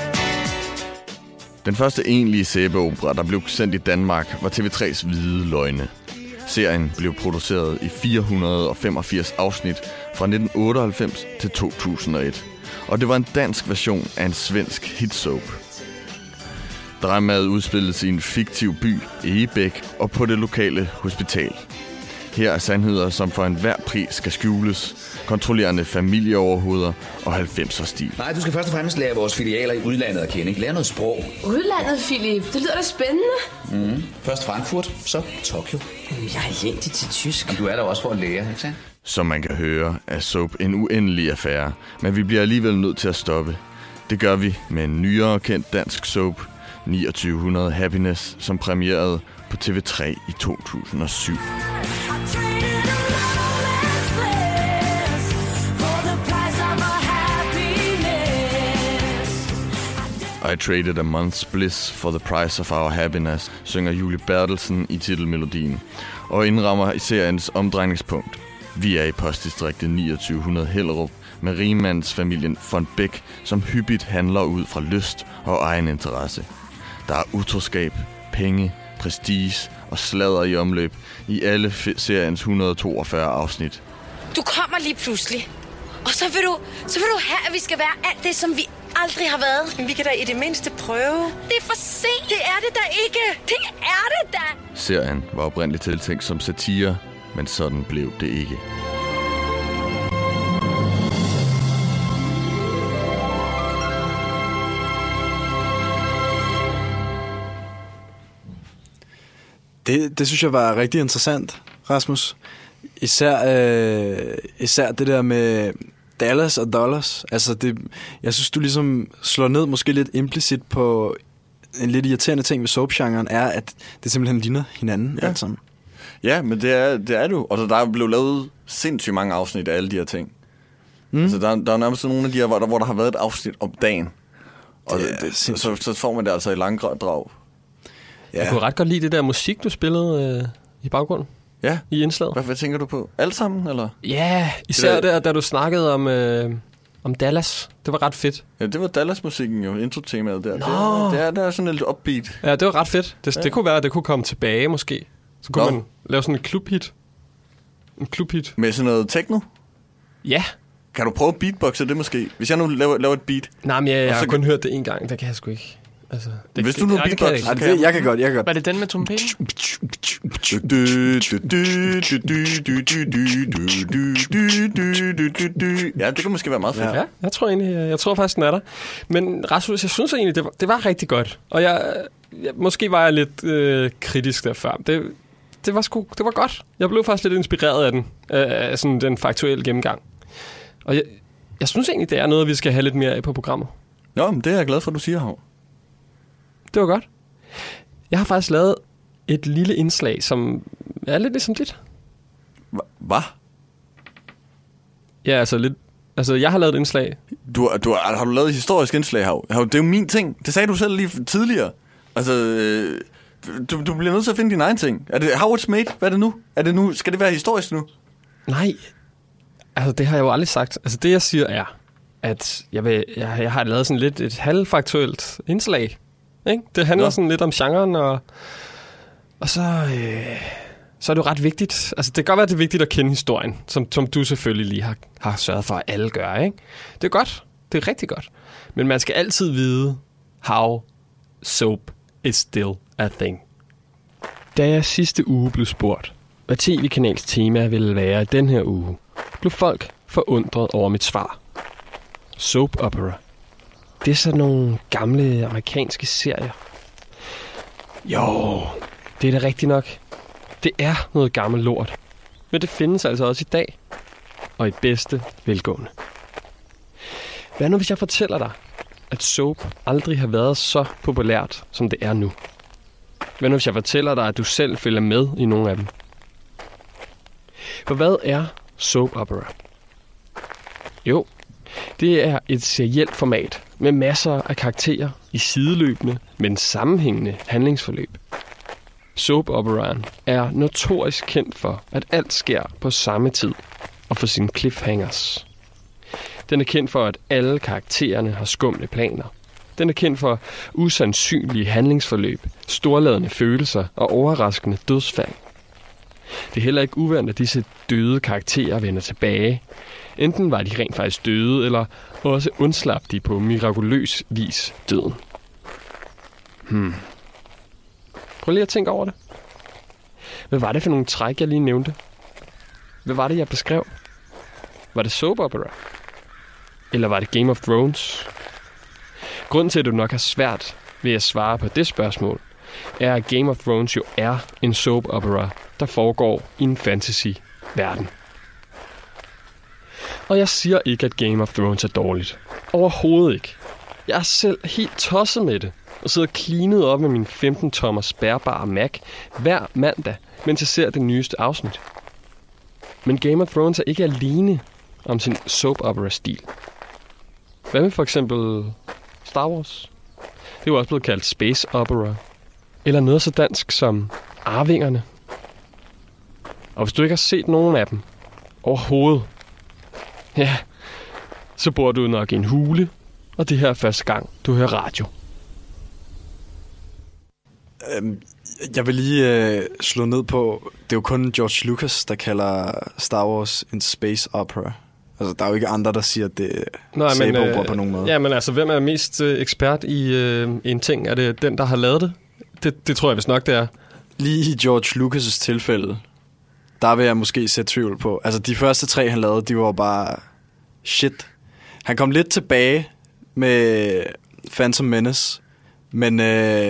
Den første egentlige sæbeopera, der blev sendt i Danmark, var TV3's Hvide Løgne. Serien blev produceret i 485 afsnit fra 1998 til 2001. Og det var en dansk version af en svensk hitsoap. Dramaet udspilles i en fiktiv by, Egebæk, og på det lokale hospital. Her er sandheder, som for enhver pris skal skjules, kontrollerende familieoverhoveder og 90'er-stil. Nej, du skal først og fremmest lære vores filialer i udlandet at kende. Lære noget sprog. Udlandet, Philip? Det lyder da spændende. Først Frankfurt, så Tokyo. Jeg er elendig til tysk. Men du er der også for at lære, ikke sandt? Som man kan høre, er soap en uendelig affære, men vi bliver alligevel nødt til at stoppe. Det gør vi med en nyere kendt dansk soap, 2900 Happiness, som premierede på TV3 i 2007. I traded a month's bliss for the price of our happiness, synger Julie Bertelsen i titelmelodien, og indrammer i seriens omdrejningspunkt. Vi er i postdistriktet 2900 Hellerup med rigmandsfamilien von Bæk, som hyppigt handler ud fra lyst og egen interesse. Der er utroskab, penge, prestige og sladder i omløb i alle seriens 142 afsnit. Du kommer lige pludselig, og så vil du have, at vi skal være alt det, som vi aldrig har været. Men vi kan da i det mindste prøve. Det er for sent. Det er det da ikke. Det er det da. Serien var oprindeligt tiltænkt som satire, men sådan blev det ikke. Det synes jeg var rigtig interessant, Rasmus. Især det der med Dallas og Dollars. Altså jeg synes, du ligesom slår ned måske lidt implicit på en lidt irriterende ting ved soap-genren, er, at det simpelthen ligner hinanden alt sammen. Ja, men det er du. Og der er blevet lavet sindssygt mange afsnit af alle de her ting. Altså, der er nærmest nogle af de her, hvor der har været et afsnit om dagen. Og så får man det altså i langdrag. Ja. Jeg kunne ret godt lide det der musik, du spillede i baggrunden. Ja. I indslaget. Hvad tænker du på? Alt sammen, eller? Ja, især der, da du snakkede om Dallas. Det var ret fedt. Ja, det var Dallas-musikken jo, intro-temaet der. Det er sådan lidt upbeat. Ja, det var ret fedt. Det kunne være, at det kunne komme tilbage måske. Så kunne man lave sådan en klubhit. En klubhit. Med sådan noget techno? Ja. Kan du prøve at beatboxe det måske? Hvis jeg nu laver et beat. Nej, men jeg har kun hørt det en gang. Det kan jeg sgu ikke. Altså, hvis du nu beatbox, jeg kan godt. Var det den med trompeten? Ja, det kunne måske være meget fedt. Ja, jeg tror faktisk, den er der. Men Rasmus, jeg synes egentlig, det var rigtig godt. Og måske var jeg lidt kritisk der før. Det var godt. Jeg blev faktisk lidt inspireret af den. Af sådan den faktuelle gennemgang. Og jeg synes egentlig, det er noget, vi skal have lidt mere af på programmet. Nå, men det er jeg glad for, at du siger, Hav. Det var godt. Jeg har faktisk lavet et lille indslag, som er lidt ligesom dit. Hvad? Ja, altså lidt. Altså, jeg har lavet et indslag. Har du lavet et historisk indslag, Hav? Det er jo min ting. Det sagde du selv lige tidligere. Altså, du bliver nødt til at finde din egen ting. Er det how it's made? Hvad er det nu? Skal det være historisk nu? Nej. Altså, det har jeg jo aldrig sagt. Altså, det jeg siger er, at jeg har lavet sådan lidt et halvfaktuelt indslag. Ikke? Det handler sådan lidt om genren, og så er det jo ret vigtigt. Altså, det kan godt være, det er vigtigt at kende historien, som du selvfølgelig lige har sørget for, at alle gør. Ikke? Det er godt. Det er rigtig godt. Men man skal altid vide, how soap is still a thing. Da jeg sidste uge blev spurgt, hvad tv-kanals tema ville være i den her uge, blev folk forundret over mit svar. Soap opera. Det er sådan nogle gamle amerikanske serier. Jo, det er da rigtigt nok. Det er noget gammelt lort. Men det findes altså også i dag. Og i bedste velgående. Hvad nu, hvis jeg fortæller dig, at soap aldrig har været så populært, som det er nu? Hvad nu, hvis jeg fortæller dig, at du selv følger med i nogle af dem? For hvad er soap opera? Jo, det er et serielt format med masser af karakterer i sideløbende, men sammenhængende handlingsforløb. Soap operaen er notorisk kendt for, at alt sker på samme tid og for sine cliffhangers. Den er kendt for, at alle karaktererne har skumle planer. Den er kendt for usandsynlige handlingsforløb, storladende følelser og overraskende dødsfald. Det er heller ikke uventet, at disse døde karakterer vender tilbage. Enten var de rent faktisk døde, eller også undslap de på mirakuløs vis døden. Prøv lige at tænke over det. Hvad var det for nogle træk, jeg lige nævnte? Hvad var det, jeg beskrev? Var det soap opera? Eller var det Game of Thrones? Grunden til, at du nok har svært ved at svare på det spørgsmål, er, at Game of Thrones jo er en soap opera, der foregår i en fantasy-verden. Og jeg siger ikke, at Game of Thrones er dårligt. Overhovedet ikke. Jeg er selv helt tosset med det, og sidder klinet op med min 15-tommers bærbare Mac hver mandag, mens jeg ser det nyeste afsnit. Men Game of Thrones er ikke alene om sin soap opera-stil. Hvad med for eksempel Star Wars? Det er jo også blevet kaldt space opera. Eller noget så dansk som Arvingerne. Og hvis du ikke har set nogen af dem overhovedet, ja, så bor du nok i en hule, og det her er første gang, du hører radio. Jeg vil lige slå ned på, det er jo kun George Lucas, der kalder Star Wars en space opera. Altså, der er jo ikke andre, der siger, at det er sæbeopera på nogen måde. Ja, men altså, hvem er mest ekspert i en ting? Er det den, der har lavet det? Det tror jeg vist nok, det er. Lige i George Lucas' tilfælde, der vil jeg måske sætte tvivl på. Altså, de første 3, han lavede, de var bare shit. Han kom lidt tilbage med Phantom Menace, men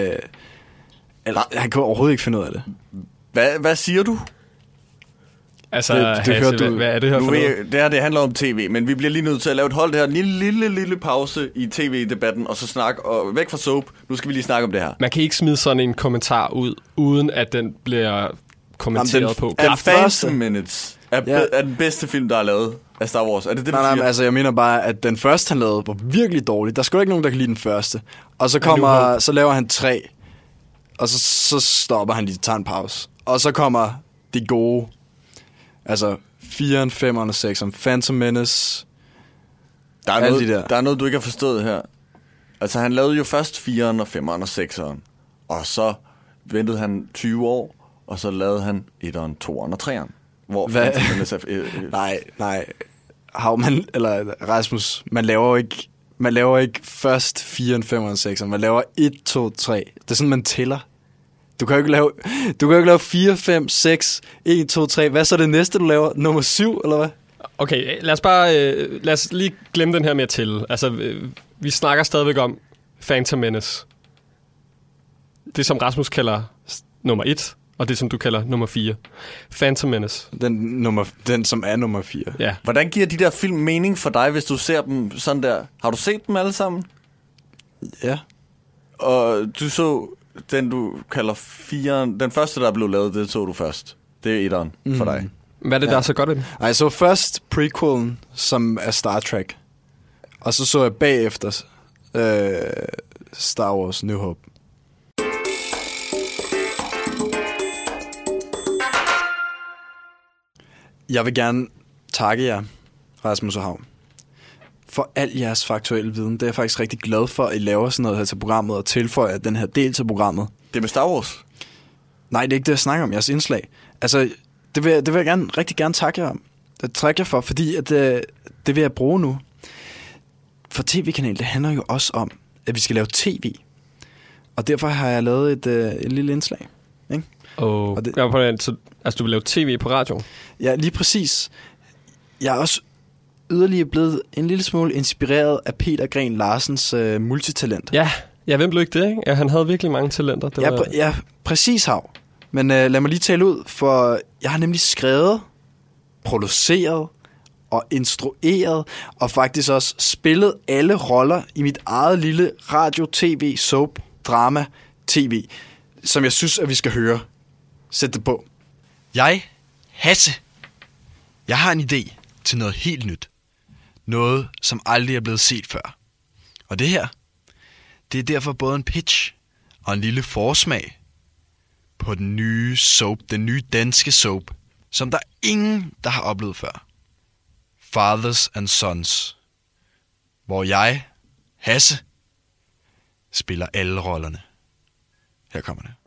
han kunne overhovedet ikke finde ud af det. Hvad siger du? Altså, det Hasse, hvad er det her for noget? Det handler om tv, men vi bliver lige nødt til at lave et hold her. En lille pause i tv-debatten, og så snakke og væk fra soap. Nu skal vi lige snakke om det her. Man kan ikke smide sådan en kommentar ud, uden at den bliver kommenteret på. Phantom Menace er den bedste film, der er lavet af Star Wars. Er det det, du siger? Nej, altså jeg mener bare, at den første, han lavede, var virkelig dårlig. Der skulle ikke nogen, der kan lide den første. Og så laver han 3, og så stopper han lige, tager en pause. Og så kommer de gode, altså 4'eren, 5'eren og 6'eren, Phantom Menace. Der er noget, du ikke har forstået her. Altså han lavede jo først 4'eren og 5'eren og 6'eren. Og så ventede han 20 år, og så lavede han 1'eren, 2'eren og 3'eren. Hvor Phantom Menace Nej. Havman, eller Rasmus, man laver ikke først 4'eren, 5'eren og 6'eren. Man laver 1, 2, 3. Det er sådan, man tæller. Du kan jo ikke lave 4, 5, 6, 1, 2, 3. Hvad så er det næste, du laver? Nummer 7, eller hvad? Okay, lad os lige glemme den her med at tælle. Altså, vi snakker stadigvæk om Phantom Menace. Det, som Rasmus kalder nummer 1, og det, som du kalder nummer 4. Phantom Menace. Den som er nummer 4. Ja. Hvordan giver de der film mening for dig, hvis du ser dem sådan der? Har du set dem alle sammen? Ja. Og du så den, du kalder 4'eren. Den første, der er blevet lavet, det så du først. Det er 1'eren for dig. Hvad er det, der er så godt ved den? Ej, så først prequelen, som er Star Trek. Og så jeg bagefter Star Wars New Hope. Jeg vil gerne takke jer, Rasmus og Havn, for al jeres faktuelle viden. Det er jeg faktisk rigtig glad for, at I laver sådan noget her til programmet og tilføjer den her del til programmet. Det med Star Wars? Nej, det er ikke det, jeg snakker om. Jeres indslag. Altså, det vil jeg rigtig gerne takke jer om. Det trækker jeg for, fordi at, det vil jeg bruge nu. For tv-kanal, det handler jo også om, at vi skal lave tv. Og derfor har jeg lavet et lille indslag. Ikke? Og det, du vil lave tv på radio? Ja, lige præcis. Jeg er også yderligere blevet en lille smule inspireret af Peter Gren Larsens multitalent. Ja, hvem blev ikke det, ikke? Ja, han havde virkelig mange talenter. Ja, præcis, Hav. Men lad mig lige tale ud, for jeg har nemlig skrevet, produceret og instrueret, og faktisk også spillet alle roller i mit eget lille radio, tv, soap, drama, tv, som jeg synes, at vi skal høre. Sæt det på. Hasse. Jeg har en idé til noget helt nyt. Noget, som aldrig er blevet set før. Og det her, det er derfor både en pitch og en lille forsmag på den nye soap, den nye danske soap, som der er ingen, der har oplevet før. Fathers and Sons. Hvor jeg, Hasse, spiller alle rollerne. Her kommer det.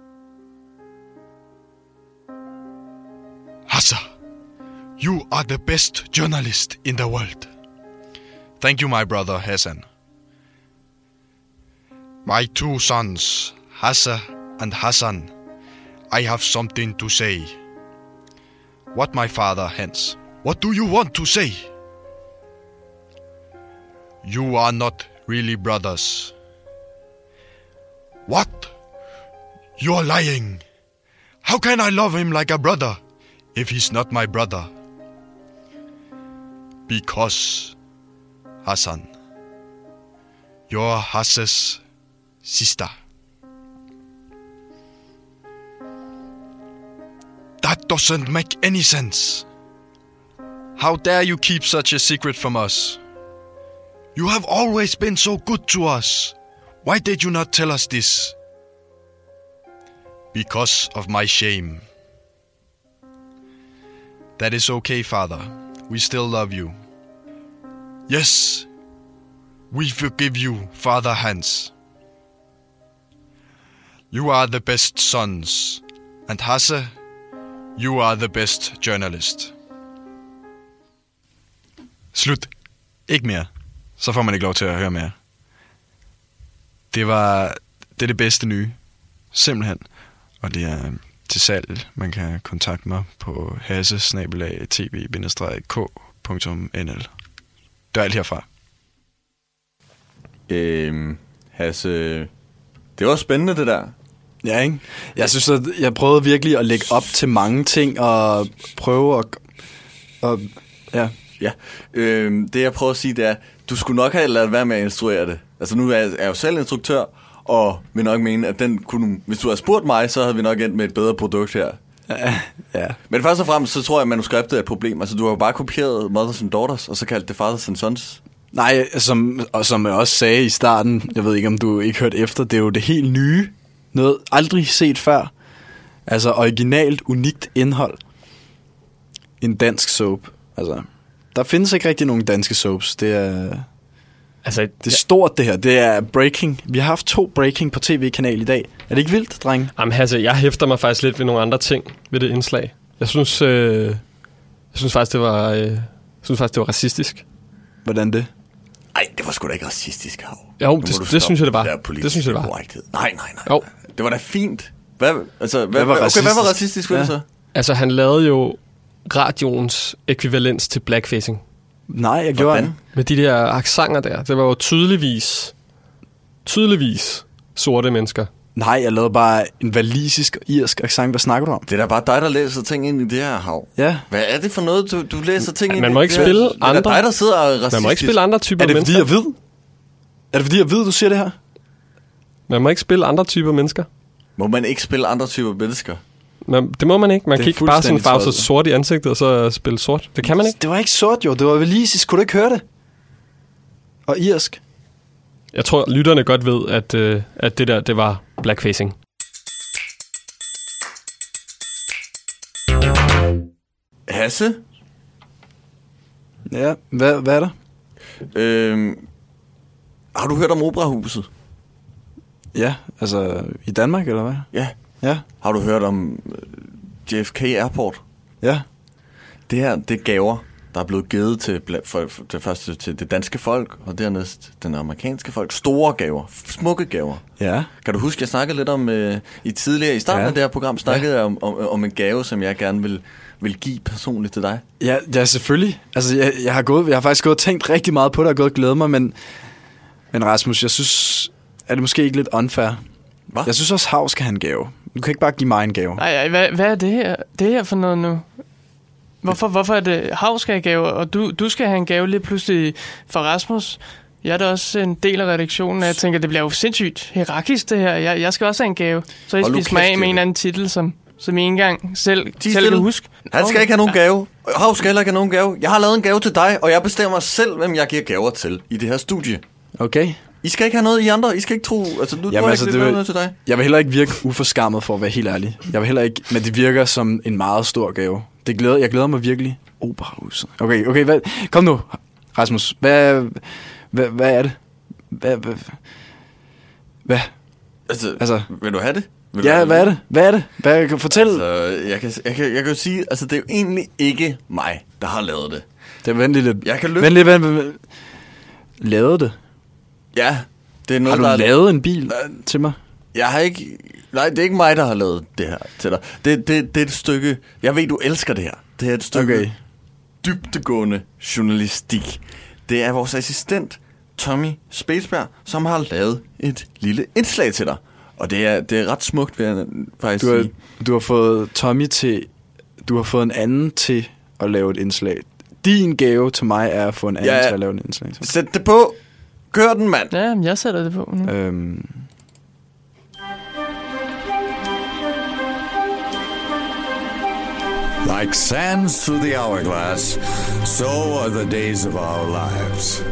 Hasse, you are the best journalist in the world. Thank you, my brother Hassan. My two sons, Hasse and Hassan, I have something to say. What, my father, Hans? What do you want to say? You are not really brothers. What? You're lying. How can I love him like a brother if he's not my brother? Because, Hassan, you're Hasse's sister. That doesn't make any sense. How dare you keep such a secret from us? You have always been so good to us. Why did you not tell us this? Because of my shame. That is okay, Father. We still love you. Yes, we forgive you, Father Hans. You are the best sons, and Hasse, you are the best journalist. Slut. Ikke mere. Så får man ikke lov til at høre mere. Det er det bedste nye. Simpelthen. Og det er til salg. Man kan kontakte mig på hasse@tv-k.nl. Det er alt herfra. Hasse, det var spændende det der. Ja, ikke? Jeg synes, at jeg prøvede virkelig at lægge op til mange ting og prøve at ja. Ja, det jeg prøver at sige, det er, du skulle nok have ladet være med at instruere det. Altså nu er jeg jo selv instruktør, og vil nok mene, at den kunne, hvis du havde spurgt mig, så havde vi nok endt med et bedre produkt her. Ja. Men først og fremmest, så tror jeg, at manuskriptet er et problem. Altså du har jo bare kopieret Mothers and Daughters, og så kaldt det Fathers and Sons. Nej, som jeg også sagde i starten, jeg ved ikke, om du ikke hørte efter, det er jo det helt nye. Noget aldrig set før. Altså originalt, unikt indhold. En dansk soap. Altså, der findes ikke rigtig nogen danske soaps. Det er stort det her. Det er breaking. Vi har haft 2 breaking på tv-kanal i dag. Er det ikke vildt, drenge? Jamen altså, jeg hæfter mig faktisk lidt ved nogle andre ting ved det indslag. Jeg synes faktisk, det var racistisk. Hvordan det? Nej, det var sgu da ikke racistisk, Hav. Jo, det synes jeg, det var. Det synes jeg, det var. Nej. Jo. Det var da fint. Hvad var racistisk ved det så? Altså, han lavede jo radioens ekvivalens til blackfacing. Nej, jeg gjorde det. Med de der accenter der. Det var jo tydeligvis sorte mennesker. Nej, jeg lavede bare en walisisk og irsk accent. Hvad snakker du om? Det er da bare dig, der læser ting ind i det her, Hav. Ja. Hvad er det for noget, du læser ting ind i? Man må ikke spille andre. Det er dig, der sidder og racistisk. Man må ikke spille andre typer mennesker. Er det fordi jeg ved, du siger det her? Man må ikke spille andre typer mennesker. Må man ikke spille andre typer mennesker? Det må man ikke. Man kan ikke bare sådan farve sig sort i ansigtet og så spille sort. Det kan man ikke. Det var ikke sort, jo. Det var walisisk. Kunne du ikke høre det? Og irsk. Jeg tror, lytterne godt ved, at det der, det var blackfacing. Hasse? Ja, hvad er der? Har du hørt om Operahuset? Ja, altså i Danmark, eller hvad? Ja. Har du hørt om JFK Airport? Ja. Det her, det er gaver, der er blevet givet til det første til det danske folk, og dernæst den amerikanske folk. Store gaver, smukke gaver. Ja. Kan du huske, jeg snakkede lidt om, i starten af det her program, snakkede jeg om en gave, som jeg gerne vil give personligt til dig? Ja, selvfølgelig. Altså, jeg har faktisk gået og tænkt rigtig meget på det, og gået og glædet mig, men Rasmus, jeg synes, er det måske ikke lidt unfair? Hvad? Jeg synes også, Hav skal have en gave. Du kan ikke bare give mig en gave. Nej, hvad er det her? Det her for noget nu? Hvorfor er det Hav skal have gave, og du skal have en gave lige pludselig for Rasmus? Jeg er da også en del af redaktionen, og jeg tænker, det bliver jo sindssygt hierarkisk det her. Jeg skal også have en gave. Så I spiser mig af med en eller anden titel, som I ikke engang selv kan huske. Han skal ikke have nogen gave. Hav skal heller ikke have nogen gave. Jeg har lavet en gave til dig, og jeg bestemmer selv, hvem jeg giver gaver til i det her studie. Okay. I skal ikke have noget i andre. I skal ikke tro... Altså, nu tror jeg ikke, det noget til dig. Jeg vil heller ikke virke uforskammet, for at være helt ærlig. Jeg vil heller ikke... Men det virker som en meget stor gave. Jeg glæder mig virkelig. Operahuset. Okay. Kom nu, Rasmus. Hvad er det? Hvad? Altså, vil du have det? Hvad er det? Fortæl. Altså, jeg kan jo sige, altså det er jo egentlig ikke mig, der har lavet det. Det er venligt lidt. Jeg kan løfte... Lavet det? Ja, det er noget, har du lavet en bil til mig? Jeg har ikke... Nej, det er ikke mig, der har lavet det her til dig. Det er et stykke... Jeg ved, du elsker det her. Det er et stykke dybdegående journalistik. Det er vores assistent, Tommy Spacebjerg, som har lavet et lille indslag til dig. Og det er ret smukt, vil jeg faktisk sige. Du har fået Tommy til... Du har fået en anden til at lave et indslag. Din gave til mig er at få en anden til at lave et indslag. Sæt det på. Kør den, mand. Ja, jeg sætter det på nu. Like sands through the hourglass, so are the days of our lives.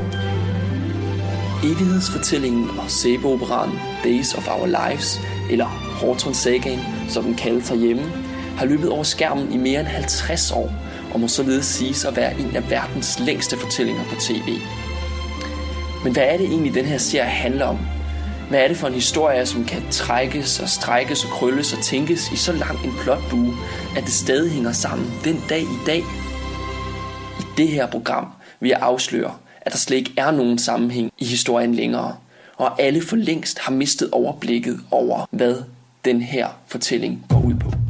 Evighedsfortællingen og sæbeoperaen Days of Our Lives, eller Horton Sagaen, som den kaldes herhjemme, har løbet over skærmen i mere end 50 år, og må således siges at være en af verdens længste fortællinger på tv. Men hvad er det egentlig, den her serie handler om? Hvad er det for en historie, som kan trækkes og strækkes og krølles og tænkes i så lang en plotbue, at det stadig hænger sammen den dag i dag? I det her program vil jeg afsløre, at der slet ikke er nogen sammenhæng i historien længere, og alle for længst har mistet overblikket over, hvad den her fortælling går ud på.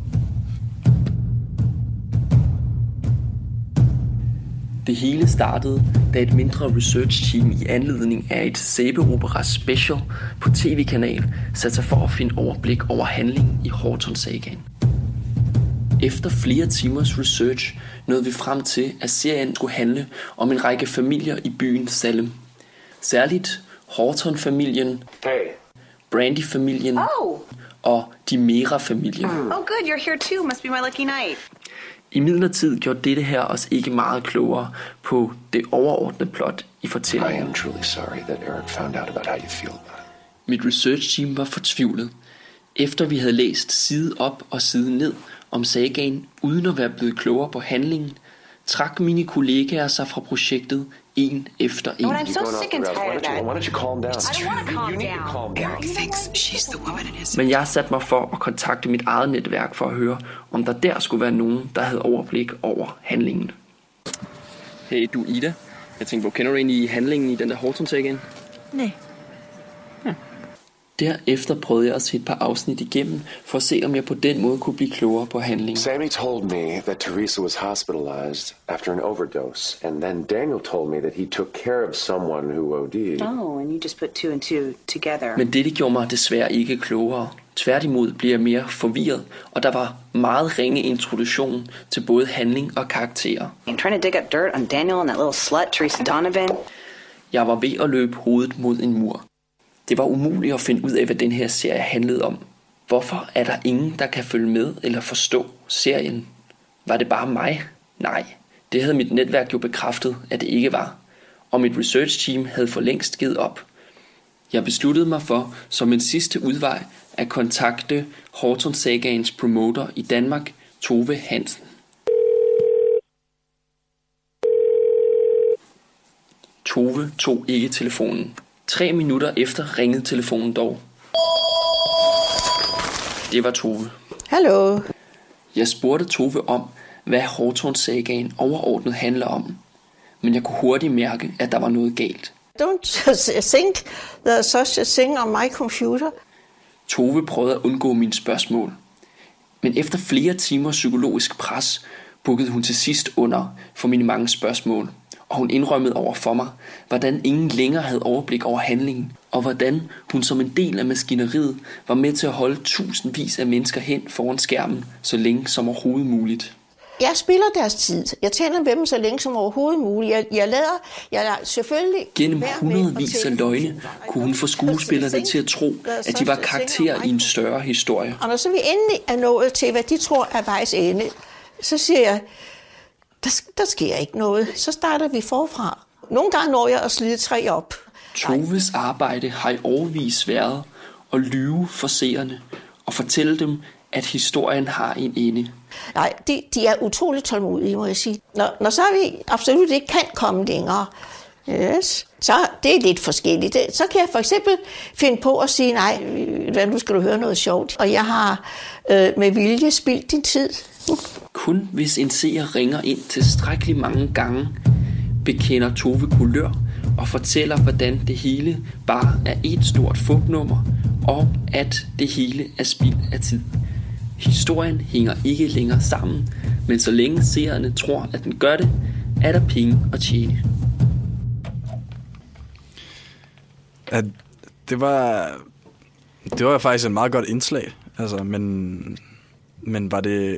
Det hele startede, da et mindre research-team i anledning af et sæbeopera special på tv-kanal satte sig for at finde overblik over handlingen i Horton-sagaen. Efter flere timers research nåede vi frem til, at serien skulle handle om en række familier i byen Salem. Særligt Horton-familien, Brandy-familien og Dimera-familien. Oh good, you're here too. Must be my lucky night. Imidlertid gjorde dette her os ikke meget klogere på det overordnede plot i fortællingen. I am truly sorry that Eric found out about how you feel. Mit research-team var fortvivlet. Efter vi havde læst side op og side ned om sagaen, uden at være blevet klogere på handlingen, trak mine kollegaer sig fra projektet en efter en. I'm so sick and tired of that. Why don't you calm down? I don't want to calm down. Eric thinks she's the woman in his... Men jeg satte mig for at kontakte mit eget netværk for at høre, om der der skulle være nogen, der havde overblik over handlingen. Hey, du Ida. Jeg tænkte på, kender du egentlig handlingen i den der Horton-sagaen? Nej. Derefter prøvede jeg at se et par afsnit igennem, for at se om jeg på den måde kunne blive klogere på handlingen. Sammy told me that Teresa was hospitalized after an overdose, and then Daniel told me that he took care of someone who OD'd. Oh, and you just put two and two together. Men dette gjorde mig desværre ikke klogere. Tværtimod blev jeg mere forvirret, og der var meget ringe introduktion til både handling og karakterer. I'm trying to dig up dirt on Daniel and that little slut, Teresa Donovan. Jeg var ved at løbe hovedet mod en mur. Det var umuligt at finde ud af, hvad den her serie handlede om. Hvorfor er der ingen, der kan følge med eller forstå serien? Var det bare mig? Nej, det havde mit netværk jo bekræftet, at det ikke var. Og mit research-team havde for længst givet op. Jeg besluttede mig for, som en sidste udvej, at kontakte Horton-sagaens promoter i Danmark, Tove Hansen. Tove tog ikke telefonen. 3 minutter efter ringede telefonen dog. Det var Tove. Hallo. Jeg spurgte Tove om, hvad Horton-sagaen overordnet handler om. Men jeg kunne hurtigt mærke, at der var noget galt. Don't think there's such a thing on my computer. Tove prøvede at undgå mine spørgsmål. Men efter flere timers psykologisk pres, bukkede hun til sidst under for mine mange spørgsmål. Og hun indrømmede over for mig, hvordan ingen længere havde overblik over handlingen, og hvordan hun som en del af maskineriet var med til at holde tusindvis af mennesker hen foran skærmen, så længe som overhovedet muligt. Jeg spilder deres tid. Jeg tjener ved dem så længe som overhovedet muligt. Jeg lader selvfølgelig... Gennem hundredvis af løgne kunne hun få skuespillerne til at tro, at de var karakterer i en større historie. Og når så vi endelig er nået til, hvad de tror er vejs ende, så siger jeg, der sker ikke noget. Så starter vi forfra. Nogle gange når jeg at slide 3 op. Toves arbejde har i årevis været at lyve for seerne og fortælle dem, at historien har en ende. Nej, de er utroligt tålmodige, må jeg sige. Når så vi absolut ikke kan komme længere, yes, så det er lidt forskelligt. Så kan jeg for eksempel finde på at sige, nej, nu skal du høre noget sjovt. Og jeg har med vilje spildt din tid. Kun hvis en seer ringer ind tilstrækkeligt mange gange, bekender Tove kulør og fortæller, hvordan det hele bare er et stort fupnummer, og at det hele er spild af tid. Historien hænger ikke længere sammen, men så længe seerne tror, at den gør det, er der penge at tjene. Ja, det var faktisk et meget godt indslag, altså, men var det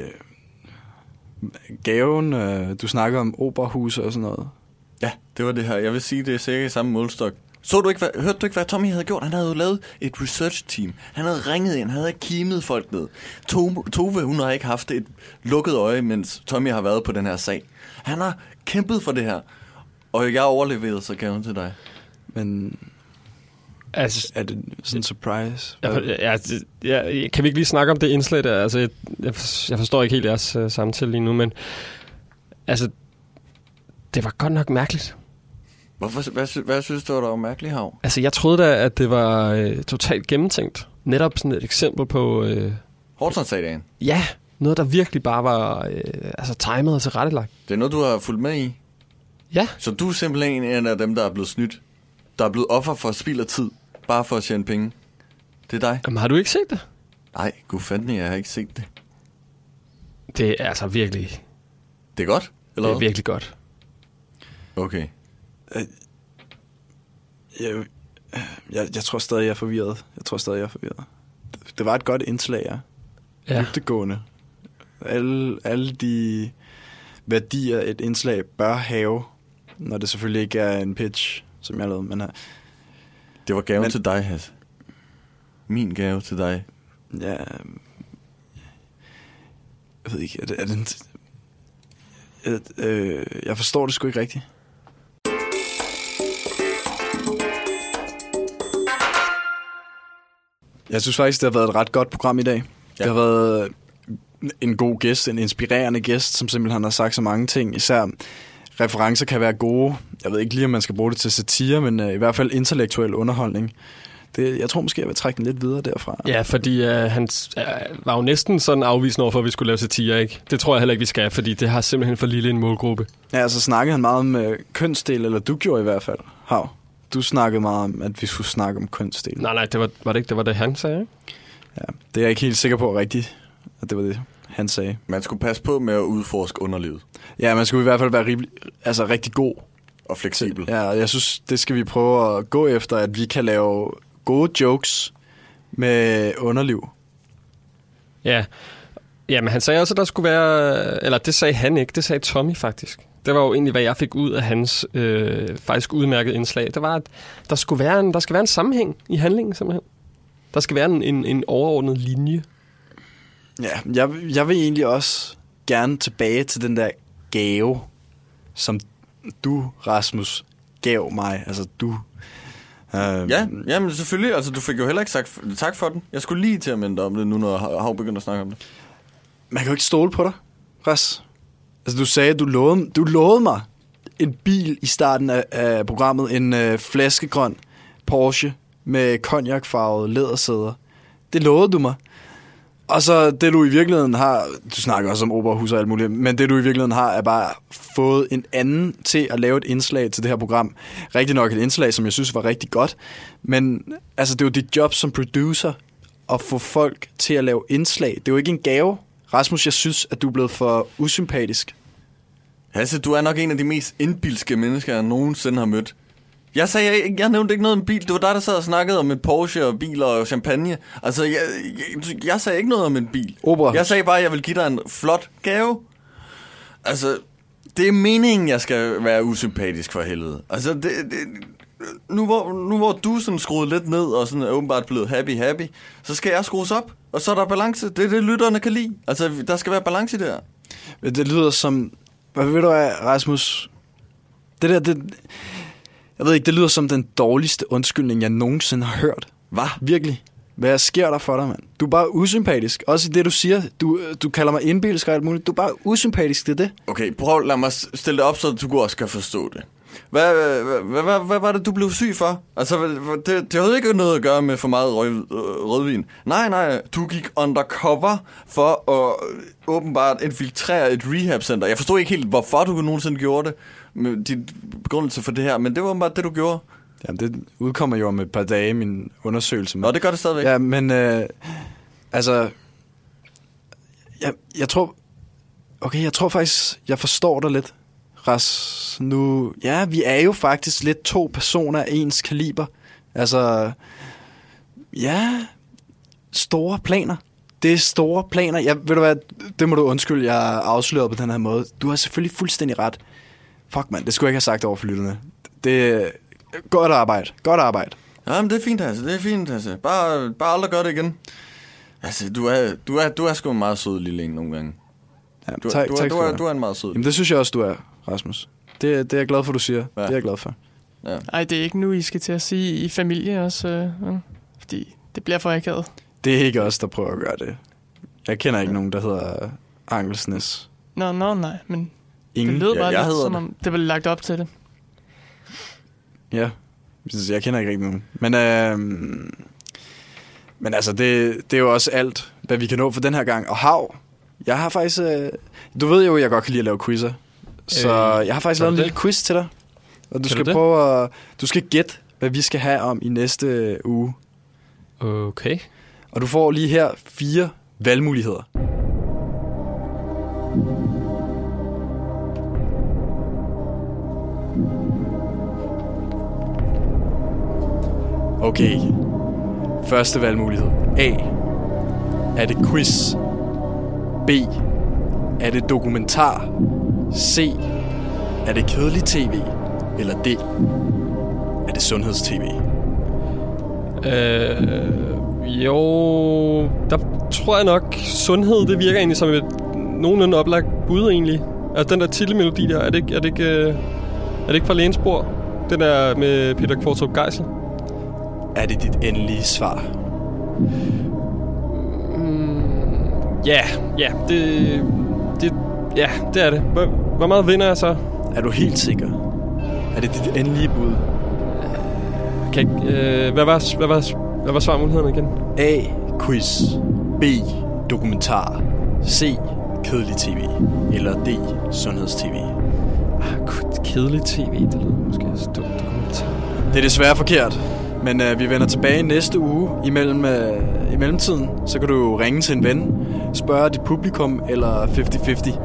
gaven, du snakker om operahus og sådan noget? Ja, det var det her. Jeg vil sige, det er sikkert i samme målstok. Hørte du ikke, hvad Tommy havde gjort? Han havde jo lavet et research team. Han havde ringet ind, han havde kimet folk ned. Tove, hun har ikke haft et lukket øje, mens Tommy har været på den her sag. Han har kæmpet for det her, og jeg overleverede så gaven til dig. Men altså, er det sådan en surprise? Kan vi ikke lige snakke om det indslag der? Altså, jeg forstår ikke helt jeres samtale lige nu, men altså, det var godt nok mærkeligt. Hvad synes du, der var mærkeligt, Hav? Altså, jeg troede da, at det var totalt gennemtænkt. Netop sådan et eksempel på... Horton-sagaen? Ja, noget, der virkelig bare var timet og tilrettelagt. Det er noget, du har fulgt med i? Ja. Så du er simpelthen en af dem, der er blevet snydt. Der er blevet offer for spild af tid, bare for at tjene penge. Det er dig. Jamen, har du ikke set det? Nej, gud fanden, jeg har ikke set det. Det er altså virkelig... Det er godt? Eller det er virkelig godt. Okay. Jeg tror stadig, jeg er forvirret. Det var et godt indslag, ja. Dybdegående. Alle de værdier, et indslag bør have, når det selvfølgelig ikke er en pitch, som jeg lavede. Men, det var gaven til dig, Hasse. Min gave til dig. Ja. Jeg ved ikke, er det jeg forstår det sgu ikke rigtigt. Jeg synes faktisk, det har været et ret godt program i dag. Ja. Det har været en god gæst, en inspirerende gæst, som simpelthen har sagt så mange ting. Især referencer kan være gode. Jeg ved ikke lige, om man skal bruge det til satire, men i hvert fald intellektuel underholdning. Jeg tror måske, jeg vil trække den lidt videre derfra. Ja, fordi han var jo næsten sådan afvisende over for, at vi skulle lave satire, ikke? Det tror jeg heller ikke, vi skal, fordi det har simpelthen for lille en målgruppe. Ja, altså snakkede han meget om kønsdel, eller du gjorde i hvert fald. Hav. Du snakkede meget om, at vi skulle snakke om kønsdel. Nej, det var det ikke. Det var det, han sagde, ikke? Ja, det er jeg ikke helt sikker på rigtigt, at det var det, han sagde. Man skulle passe på med at udforske underlivet. Ja, man skulle i hvert fald være rigtig god. Og fleksibel. Ja, jeg synes, det skal vi prøve at gå efter, at vi kan lave gode jokes med underliv. Ja. Ja, men han sagde også, at der skulle være... Eller det sagde han ikke, det sagde Tommy faktisk. Det var jo egentlig, hvad jeg fik ud af hans faktisk udmærket indslag. Det var, at der skal være en sammenhæng i handlingen, simpelthen. Der skal være en overordnet linje. Ja, jeg vil egentlig også gerne tilbage til den der gave, som du, Rasmus, gav mig. Altså, du... Ja, men selvfølgelig. Altså, du fik jo heller ikke sagt tak for den. Jeg skulle lige til at minde om det nu, når Hav begynder at snakke om det. Man kan jo ikke stole på dig, Ras. Altså, du sagde, du lovede mig en bil i starten af programmet. En flaskegrøn Porsche med cognacfarvede lædersæder. Det lovede du mig. Og så det, du i virkeligheden har... Du snakker også om operahus og alt muligt, men det, du i virkeligheden har, er bare fået en anden til at lave et indslag til det her program. Rigtig nok et indslag, som jeg synes var rigtig godt. Men altså, det er jo dit job som producer at få folk til at lave indslag. Det er jo ikke en gave. Rasmus, jeg synes, at du er blevet for usympatisk. Hasse, du er nok en af de mest indbilske mennesker, jeg nogensinde har mødt. Jeg nævnte ikke noget om bil. Det var dig, der sad og snakkede om et Porsche og biler og champagne. Altså, jeg sagde ikke noget om en bil. Operahus. Jeg sagde bare, at jeg vil give dig en flot gave. Altså, det er meningen, jeg skal være usympatisk for helvede. Altså, nu hvor du sådan skruede lidt ned og sådan er åbenbart blevet happy, så skal jeg skrues op. Og så er der balance. Det er det, lytterne kan lide. Altså, der skal være balance i det her. Det lyder som... Hvad ved du af, Rasmus? Jeg ved ikke, det lyder som den dårligste undskyldning, jeg nogensinde har hørt. Hvad? Virkelig. Hvad sker der for dig, mand? Du er bare usympatisk. Også i det, du siger. Du kalder mig indbilsk og alt muligt. Du er bare usympatisk, det er det. Okay, prøv lad mig stille det op, så du også kan forstå det. Hvad var det, du blev syg for? Altså, det havde ikke noget at gøre med for meget rødvin. Nej, du gik undercover for at åbenbart infiltrere et rehabcenter. Jeg forstod ikke helt, hvorfor du nogensinde gjorde det, med din begrundelse for det her, men det var bare det, du gjorde. Jamen, det udkommer jo om et par dage, min undersøgelse. Nå, det gør det stadigvæk. Ja, men altså, jeg tror faktisk, jeg forstår dig lidt. Ras, nu, ja, vi er jo faktisk lidt to personer af ens kaliber. Altså, ja, store planer. Det er store planer. Ved du hvad, det må du undskylde, jeg afslører på den her måde. Du har selvfølgelig fuldstændig ret. Fuck, mand, det skulle jeg ikke have sagt over for lytterne. Det er godt arbejde. Jamen, det er fint, altså. Det er fint, altså. Bare aldrig gør det igen. Altså, du er sgu en meget sød lille en nogle gange. Ja, du er en meget sød. Jamen, det synes jeg også, du er, Rasmus. Det er jeg glad for, du siger. Ja. Det er jeg glad for. Ja. Ej, det er ikke nu, I skal til at sige i familie også, fordi det bliver for akavet. Det er ikke os, der prøver at gøre det. Jeg kender ikke nogen, der hedder Angelsnes. Nå, nej, men ingen. Det lød bare lidt, som om det var lagt op til det. Ja, jeg kender ikke rigtig nogen. Men altså, det er jo også alt, hvad vi kan nå for den her gang. Og Hav, jeg har faktisk... du ved jo, jeg godt kan lide at lave quizzer. Så jeg har faktisk lavet en lille quiz til dig. Og du skal prøve at... Du skal gætte, hvad vi skal have om i næste uge. Okay. Og du får lige her 4 valgmuligheder. Okay. Første valgmulighed. A. Er det quiz? B. Er det dokumentar? C. Er det kedelig tv? Eller D. Er det sundhedstv? Jo, der tror jeg nok, sundhed, det virker egentlig som et nogenlunde oplagt bud egentlig. Altså den der titelmelodi der, er det ikke fra Lægens Bord? Den der med Peter Qvortrup Geisel? Er det dit endelige svar? Ja, det er det. Hvor meget vinder jeg så? Er du helt sikker? Er det dit endelige bud? Hvad var svarmulighederne igen? A. Quiz. B. Dokumentar. C. Kedelig tv. Eller D. Sundhedstv. Kedelig tv, det lyder måske også dokumentar. Det er desværre forkert. Men vi vender tilbage næste uge. I mellemtiden, så kan du ringe til en ven, spørge dit publikum eller 50-50.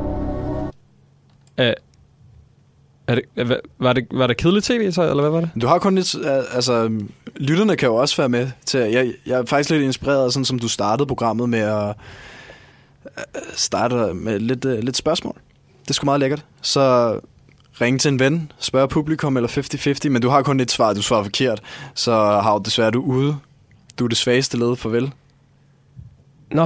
Var det kedeligt tv så, eller hvad var det? Du har kun lidt... Altså, lytterne kan jo også være med til... Jeg er faktisk lidt inspireret, sådan som du startede programmet med at starte med lidt spørgsmål. Det er sgu meget lækkert. Så ring til en ven, spørg publikum eller 50-50, men du har kun et svar, du svarer forkert. Så har du desværre, du er ude. Du er det svageste led, farvel. Nå.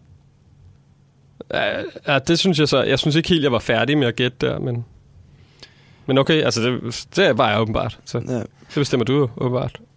Ja, det synes jeg så... Jeg synes ikke helt, jeg var færdig med at gætte der, men okay, altså det var jeg åbenbart. Så det bestemmer du jo åbenbart.